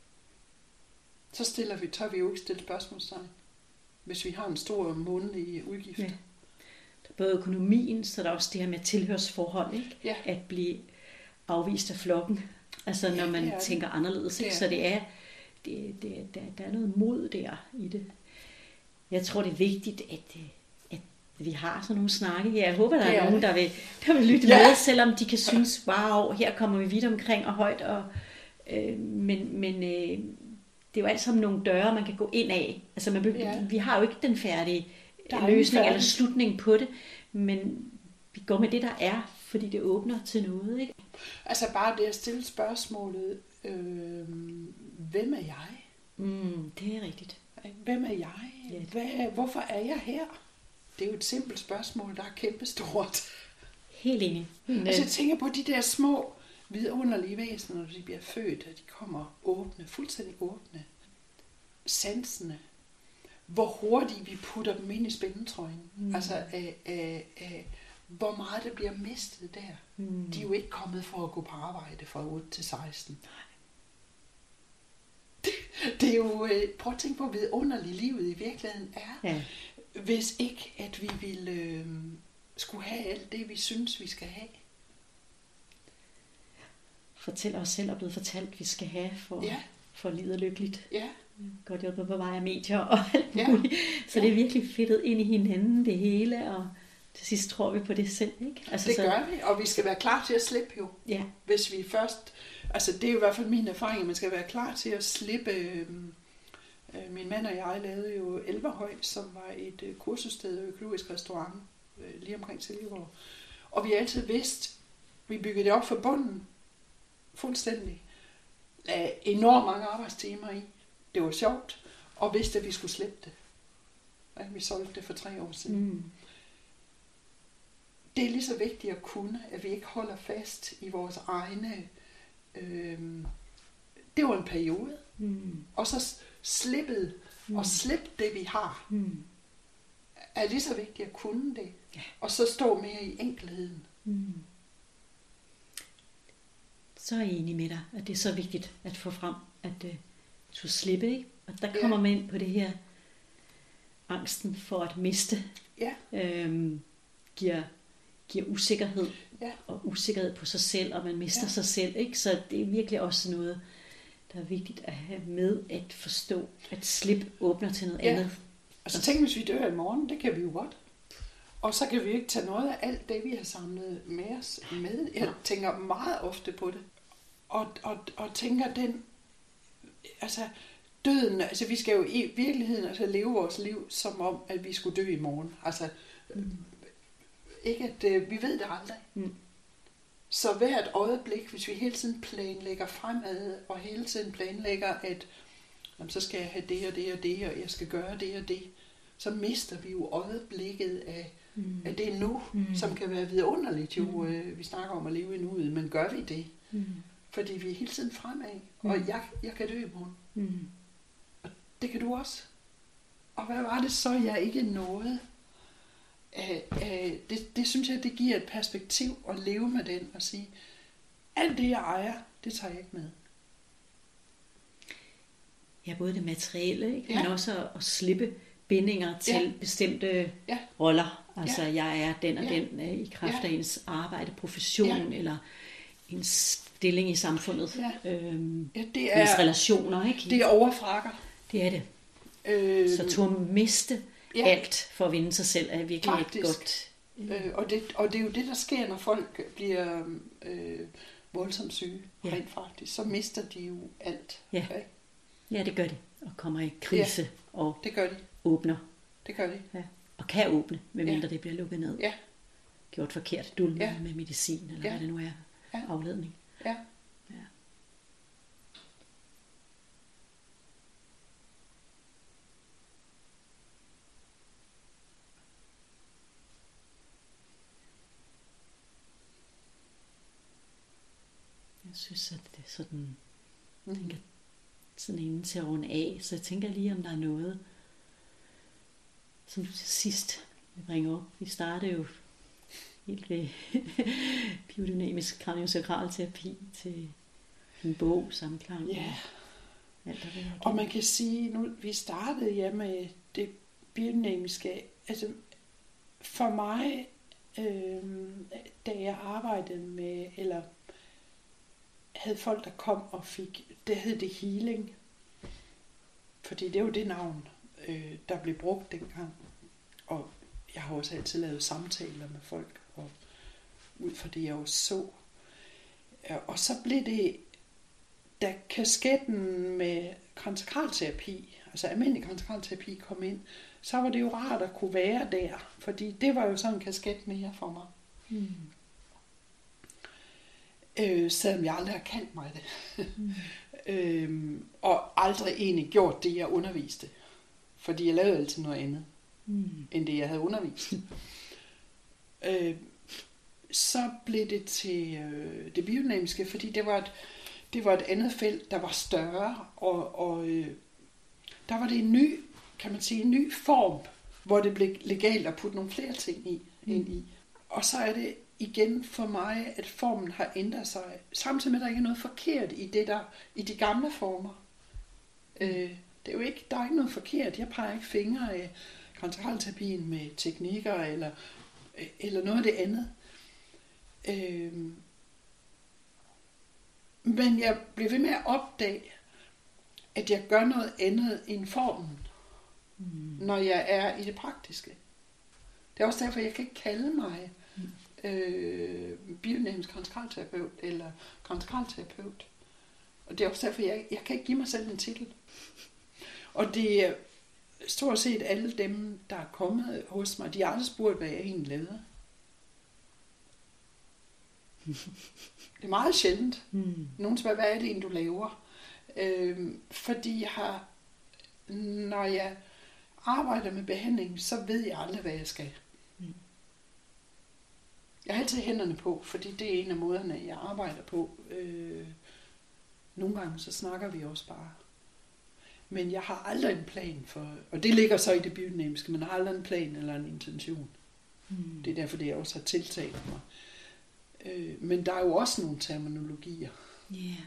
så tør vi jo ikke stille spørgsmålstegn, hvis vi har en stor månedlig udgift. Der er både økonomien, så der er også det her med tilhørsforhold, ikke? At blive afvist af flokken, altså når man tænker anderledes. Ikke? Så det er, der er noget mod der i det. Jeg tror, det er vigtigt, at vi har sådan nogle snakke. Jeg håber, der er nogen, der vil lytte med, selvom de kan synes, wow, her kommer vi vidt omkring og højt. Men det er jo alt sammen nogle døre, man kan gå ind af. Altså, vi har jo ikke den færdige løsning eller slutning på det, men vi går med det, der er, fordi det åbner til noget. Ikke? Altså bare det at stille spørgsmålet, hvem er jeg? Det er rigtigt. Hvem er jeg? Hvorfor er jeg her? Det er jo et simpelt spørgsmål, der er kæmpestort. Helt enig. Altså jeg tænker på de der små, vidunderlige væsener, når de bliver født, at de kommer åbne, fuldstændig åbne. Sansene. Hvor hurtigt vi putter dem ind i spændetrøjen. Altså hvor meget det bliver mistet der. De er jo ikke kommet for at gå på arbejde fra 8 til 16. Det er jo, prøv at tænke på, hvor vidunderligt livet i virkeligheden er. Ja. Hvis ikke, at vi ville skulle have alt det, vi synes, vi skal have. Fortæller os selv og blevet fortalt, vi skal have for at lide lykkeligt. Ja. Godt hjulpet på vej af medier og alt muligt. Så det er virkelig fedtet ind i hinanden, det hele, og til sidst tror vi på det selv. Ikke? Altså, det gør vi, og vi skal være klar til at slippe jo. Ja. Hvis vi først, altså det er jo i hvert fald min erfaring, at man skal være klar til at slippe. Min mand og jeg lavede jo Elverhøj, som var et kursussted og økologisk restaurant lige omkring Silkeborg. Og vi har altid vidst, Vi byggede det op for bunden. Fuldstændig. Enormt mange arbejdstimer i. Det var sjovt. Og vidste, at vi skulle slippe det. Ja, vi solgte det for 3 år siden. Mm. Det er lige så vigtigt at kunne, at vi ikke holder fast i vores egne... det var en periode. Mm. Og så slippet og slippe det, vi har. Mm. Er lige så vigtigt at kunne det. Ja. Og så stå mere i enkelheden. Mm. Så er jeg enig med dig, at det er så vigtigt at få frem, at du slippe, ikke? Og der kommer man ind på det her angsten for at miste. Ja. Giver usikkerhed. Ja. Og usikkerhed på sig selv, og man mister sig selv, ikke? Så det er virkelig også noget, der er vigtigt at have med at forstå, at slip åbner til noget andet. Og så tænk, hvis vi dør i morgen, det kan vi jo godt. Og så kan vi ikke tage noget af alt det, vi har samlet med os med. Jeg tænker meget ofte på det. Og tænker den, altså døden, altså vi skal jo i virkeligheden altså leve vores liv, som om, at vi skulle dø i morgen. Altså, ikke at vi ved det aldrig. Mm. Så hvert øjeblik, hvis vi hele tiden planlægger fremad, og hele tiden planlægger, at jamen, så skal jeg have det og det og det, og jeg skal gøre det og det, så mister vi jo øjeblikket af det nu, som kan være vidunderligt. Jo, vi snakker om at leve i nuet, men gør vi det? Fordi vi er hele tiden fremad, og jeg kan dø i morgen. Og det kan du også. Og hvad var det så, jeg ikke nåede? Det synes jeg, det giver et perspektiv at leve med den og sige, alt det jeg ejer, det tager jeg ikke med. Ja, både det materielle, ikke? Men også at slippe bindinger til bestemte roller. Altså jeg er den og den i kraft af ens arbejde, profession eller ens stilling i samfundet. Det er ens relationer, ikke? Det er overfrakker. Det er det. Så turde miste alt for at vinde sig selv er virkelig faktisk et godt. Og det er jo det, der sker, når folk bliver voldsomt syge, rent faktisk. Så mister de jo alt. Ja. Okay? Ja, det gør de. Og kommer i krise og det gør de. Åbner. Det gør de. Ja. Og kan åbne, medmindre det bliver lukket ned. Ja. Gjort forkert, dulmet med medicin, eller hvad det nu er. Afledning. Ja. Jeg synes, at det er sådan, tænker, sådan inden til at runde af, så jeg tænker lige, om der er noget, som du til sidst vil bringe op. Vi startede jo helt ved biodynamisk kraniosakralterapi terapi til en bog, samklang. Ja. Og man kan sige, nu vi startede med det biodynamiske, altså for mig, da jeg arbejdede med, eller havde folk, der kom og fik, det hed det healing, fordi det er jo det navn, der blev brugt dengang, og jeg har også altid lavet samtaler med folk, og ud fra det jeg jo så, og så blev det, da kasketten med kraniosakralterapi, altså almindelig kraniosakralterapi kom ind, så var det jo rart at kunne være der, fordi det var jo sådan en kasket mere for mig. Selvom jeg aldrig har kaldt mig det. Og aldrig egentlig gjort det, jeg underviste. Fordi jeg lavede altid noget andet, end det, jeg havde undervist. Så blev det til det biodynamiske, fordi det var et andet felt, der var større, og der var det en ny, kan man sige, en ny form, hvor det blev legalt at putte nogle flere ting ind i. Og så er det igen for mig, at formen har ændret sig, samtidig med, at der ikke er noget forkert i de gamle former. Det er jo ikke, der er ikke noget forkert. Jeg peger ikke fingre af kraniosakralterapien med teknikker eller noget af det andet. Men jeg bliver ved med at opdage, at jeg gør noget andet end formen, når jeg er i det praktiske. Det er også derfor, jeg kan ikke kalde mig biodynamisk kraniosakralterapeut eller kraniosakralterapeut. Og det er også derfor, jeg kan ikke give mig selv en titel. Og det er stort set alle dem, der er kommet hos mig, de har aldrig spurgt, hvad jeg egentlig lavede. Det er meget sjældent. Nogen spørger, hvad er det egentlig, du laver? Fordi når jeg arbejder med behandling, så ved jeg aldrig, hvad jeg skal. Jeg har altid hænderne på, fordi det er en af måderne, jeg arbejder på. Nogle gange så snakker vi også bare. Men jeg har aldrig en plan for, og det ligger så i det biodynamiske, men jeg har aldrig en plan eller en intention. Det er derfor, det også har tiltalt mig. Men der er jo også nogle terminologier. Yeah.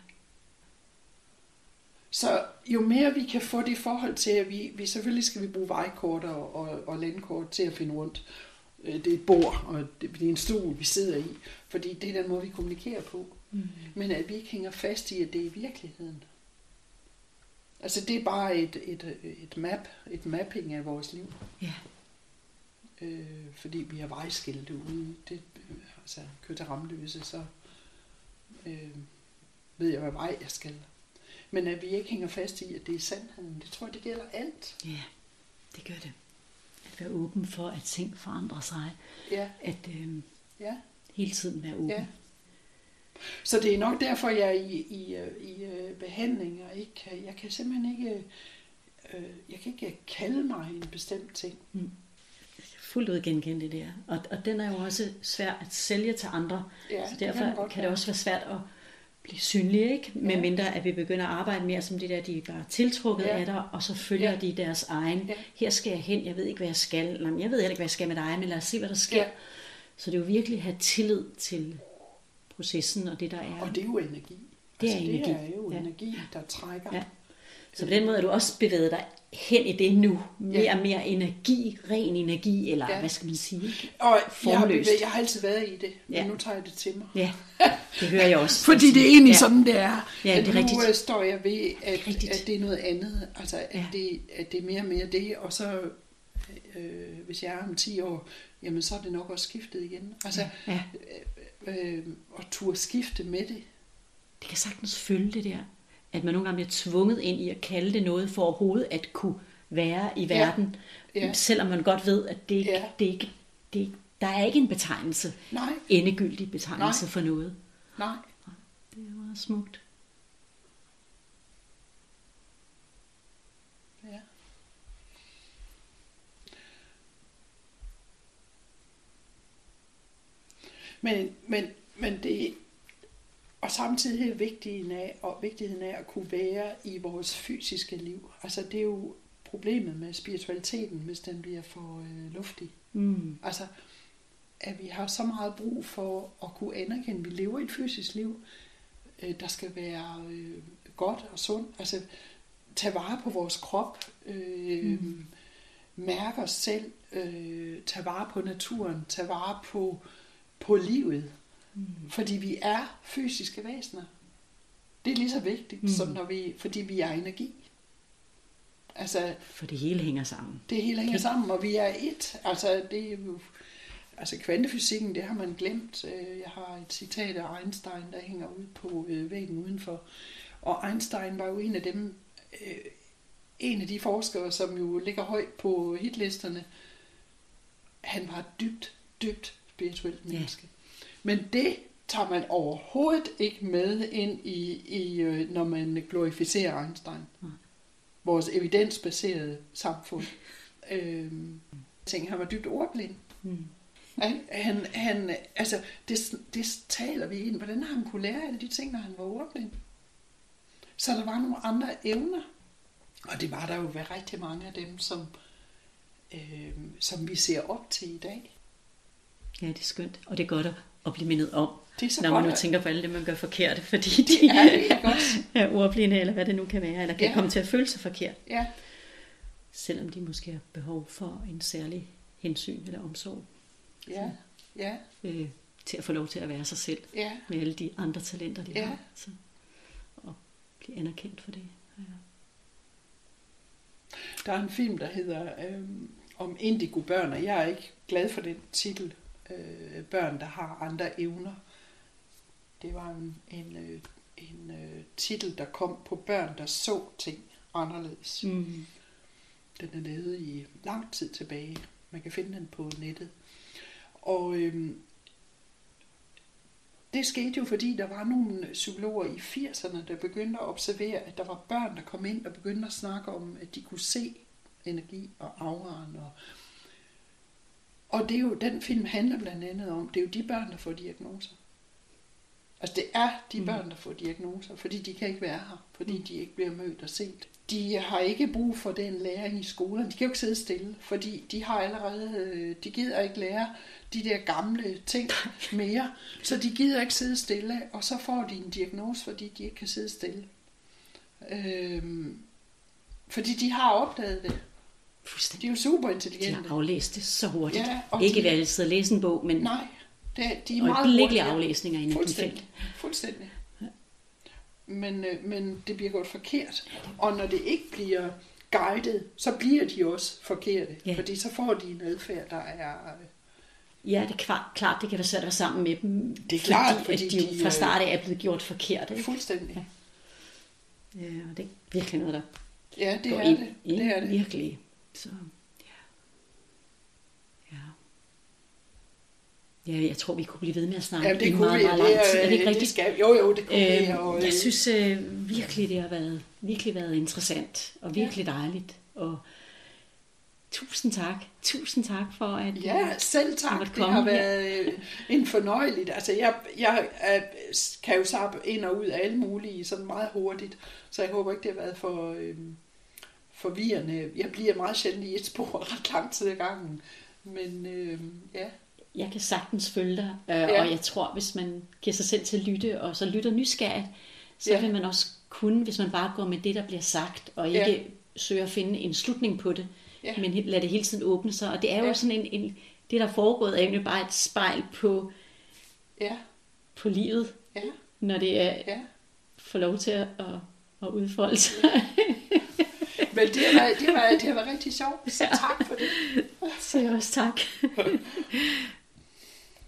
Så jo mere vi kan få det forhold til, at vi selvfølgelig skal vi bruge vejkort og landkort til at finde rundt. Det er et bord, og det er en stol, vi sidder i, fordi det er den måde, vi kommunikerer på. Men at vi ikke hænger fast i, at det er virkeligheden. Altså det er bare et mapping af vores liv. Ja. Fordi vi har vejskilte ude. Altså kører til Ramløse, så ved jeg, hvad vej jeg skal. Men at vi ikke hænger fast i, at det er sandheden, det tror jeg, det gælder alt. Ja, det gør det. At være åben for, at ting forandrer sig. Ja. At hele tiden være åben. Ja. Så det er nok derfor, jeg i behandlinger ikke, jeg kan simpelthen ikke, jeg kan ikke kalde mig en bestemt ting. Fuldt ud genkende det der. Og den er jo også svær at sælge til andre. Ja, så derfor kan det også være svært at blive synlige, ikke? Medmindre at vi begynder at arbejde mere som det der, de er bare tiltrukket af dig, og så følger de deres egen. Her skal jeg hen, jeg ved ikke, hvad jeg skal. Eller, jeg ved heller ikke, hvad jeg skal med dig, men lad os se, hvad der sker. Så det er jo virkelig at have tillid til processen og det, der er. Og det er jo energi. Det er energi. Det er jo energi, der trækker. Ja. Så på den måde er du også bevæget dig hen i det nu. Mere og mere energi, ren energi, eller hvad skal man sige? Og jeg har altid været i det, men nu tager jeg det til mig. Ja, det hører jeg også. Fordi det er egentlig sådan, det er. Ja, det er rigtigt. Nu står jeg ved, at det er noget andet. Altså, at det er mere og mere det, og så hvis jeg er om 10 år, jamen så er det nok også skiftet igen. Altså, at turde skifte med det. Det kan sagtens følge det der, at man nogle gange bliver tvunget ind i at kalde det noget for overhovedet at kunne være i verden, selvom man godt ved, at det der er ikke en betegnelse, endegyldig betegnelse for noget. Nej. Det er meget smukt. Ja. Men det, og samtidig vigtigheden af at kunne være i vores fysiske liv. Altså det er jo problemet med spiritualiteten, hvis den bliver for luftig. Altså at vi har så meget brug for at kunne anerkende, at vi lever i et fysisk liv, der skal være godt og sundt. Altså tage vare på vores krop, mærke os selv, tage vare på naturen, tage vare på livet. Fordi vi er fysiske væsener. Det er lige så vigtigt, som fordi vi er energi. Altså, for det hele hænger sammen. Det hele hænger sammen, og vi er et. Altså, det er jo, kvantefysikken, det har man glemt. Jeg har et citat af Einstein, der hænger ud på væggen udenfor. Og Einstein var jo en af dem, en af de forskere, som jo ligger højt på hitlisterne. Han var dybt spirituelt menneske. Men det tager man overhovedet ikke med ind i når man glorificerer Einstein. Vores evidensbaserede samfund. Jeg tænker, han var dybt ordblind. Altså, det taler vi ind. Hvordan har han kunne lære alle de ting, når han var ordblind? Så der var nogle andre evner. Og det var der jo ved rigtig mange af dem, som vi ser op til i dag. Ja, det er skønt. Og det er godt at blive mindet om, når godt, man nu tænker på alle det, man gør forkert, fordi de er ordblinde, eller hvad det nu kan være, eller kan komme til at føle sig forkert. Ja. Selvom de måske har behov for en særlig hensyn eller omsorg. Ja. Til at få lov til at være sig selv, med alle de andre talenter, de har. Så, og blive anerkendt for det. Ja. Der er en film, der hedder om indigo-børn, og jeg er ikke glad for den titel. Børn, der har andre evner. Det var en titel, der kom på børn, der så ting anderledes. Den er lavet i lang tid tilbage. Man kan finde den på nettet. Og det skete jo, fordi der var nogle psykologer i 80'erne, der begyndte at observere, at der var børn, der kom ind og begyndte at snakke om, at de kunne se energi og auraen. Og det er jo, den film handler blandt andet om, det er jo de børn, der får diagnoser. Altså det er de børn, der får diagnoser, fordi de kan ikke være her, fordi de ikke bliver mødt og set. De har ikke brug for den læring i skolen. De kan jo ikke sidde stille, fordi de har allerede, de gider ikke lære de der gamle ting mere, så de gider ikke sidde stille, og så får de en diagnose, fordi de ikke kan sidde stille. Fordi de har opdaget det. De er jo super intelligente. De har aflæst det så hurtigt. Ja, ikke ved altid at læse en bog, men nej, de er meget hurtige aflæsninger inden den felt. Fuldstændig. Men det bliver gjort forkert. Og når det ikke bliver guidet, så bliver de også forkerte. Ja. Fordi så får de en adfærd, der er... Ja, det er klart, det kan være svært at være sammen med dem. Det er klart, fordi at de jo fra start af er blevet gjort forkert. Ikke? Fuldstændig. Ja, og det er virkelig noget, der det går er ind. Det. Det er det. Virkelig. Så, ja, jeg tror, vi kunne blive ved med at snakke i meget, meget lang tid. Er det ikke rigtigt? Det skal, jo, det kunne vi. Jeg synes virkelig, det har været interessant og virkelig dejligt. Og tusind tak for at... Ja, selv tak. Det har været en fornøjeligt. Altså, jeg kan jo sappe ind og ud af alle mulige sådan meget hurtigt, så jeg håber ikke, det har været for forvirrende. Jeg bliver meget sjældent i et spor ret lang tid ad gangen. Men ja... Jeg kan sagtens følge dig, og jeg tror, hvis man giver sig selv til at lytte, og så lytter nysgerrigt, så vil man også kunne, hvis man bare går med det, der bliver sagt, og ikke søger at finde en slutning på det, men lad det hele tiden åbne sig. Og det er jo sådan det, der er foregået, er egentlig bare et spejl på livet, når det er får lov til at udfolde sig. Men det har været rigtig sjovt, så tak for det. Så også tak.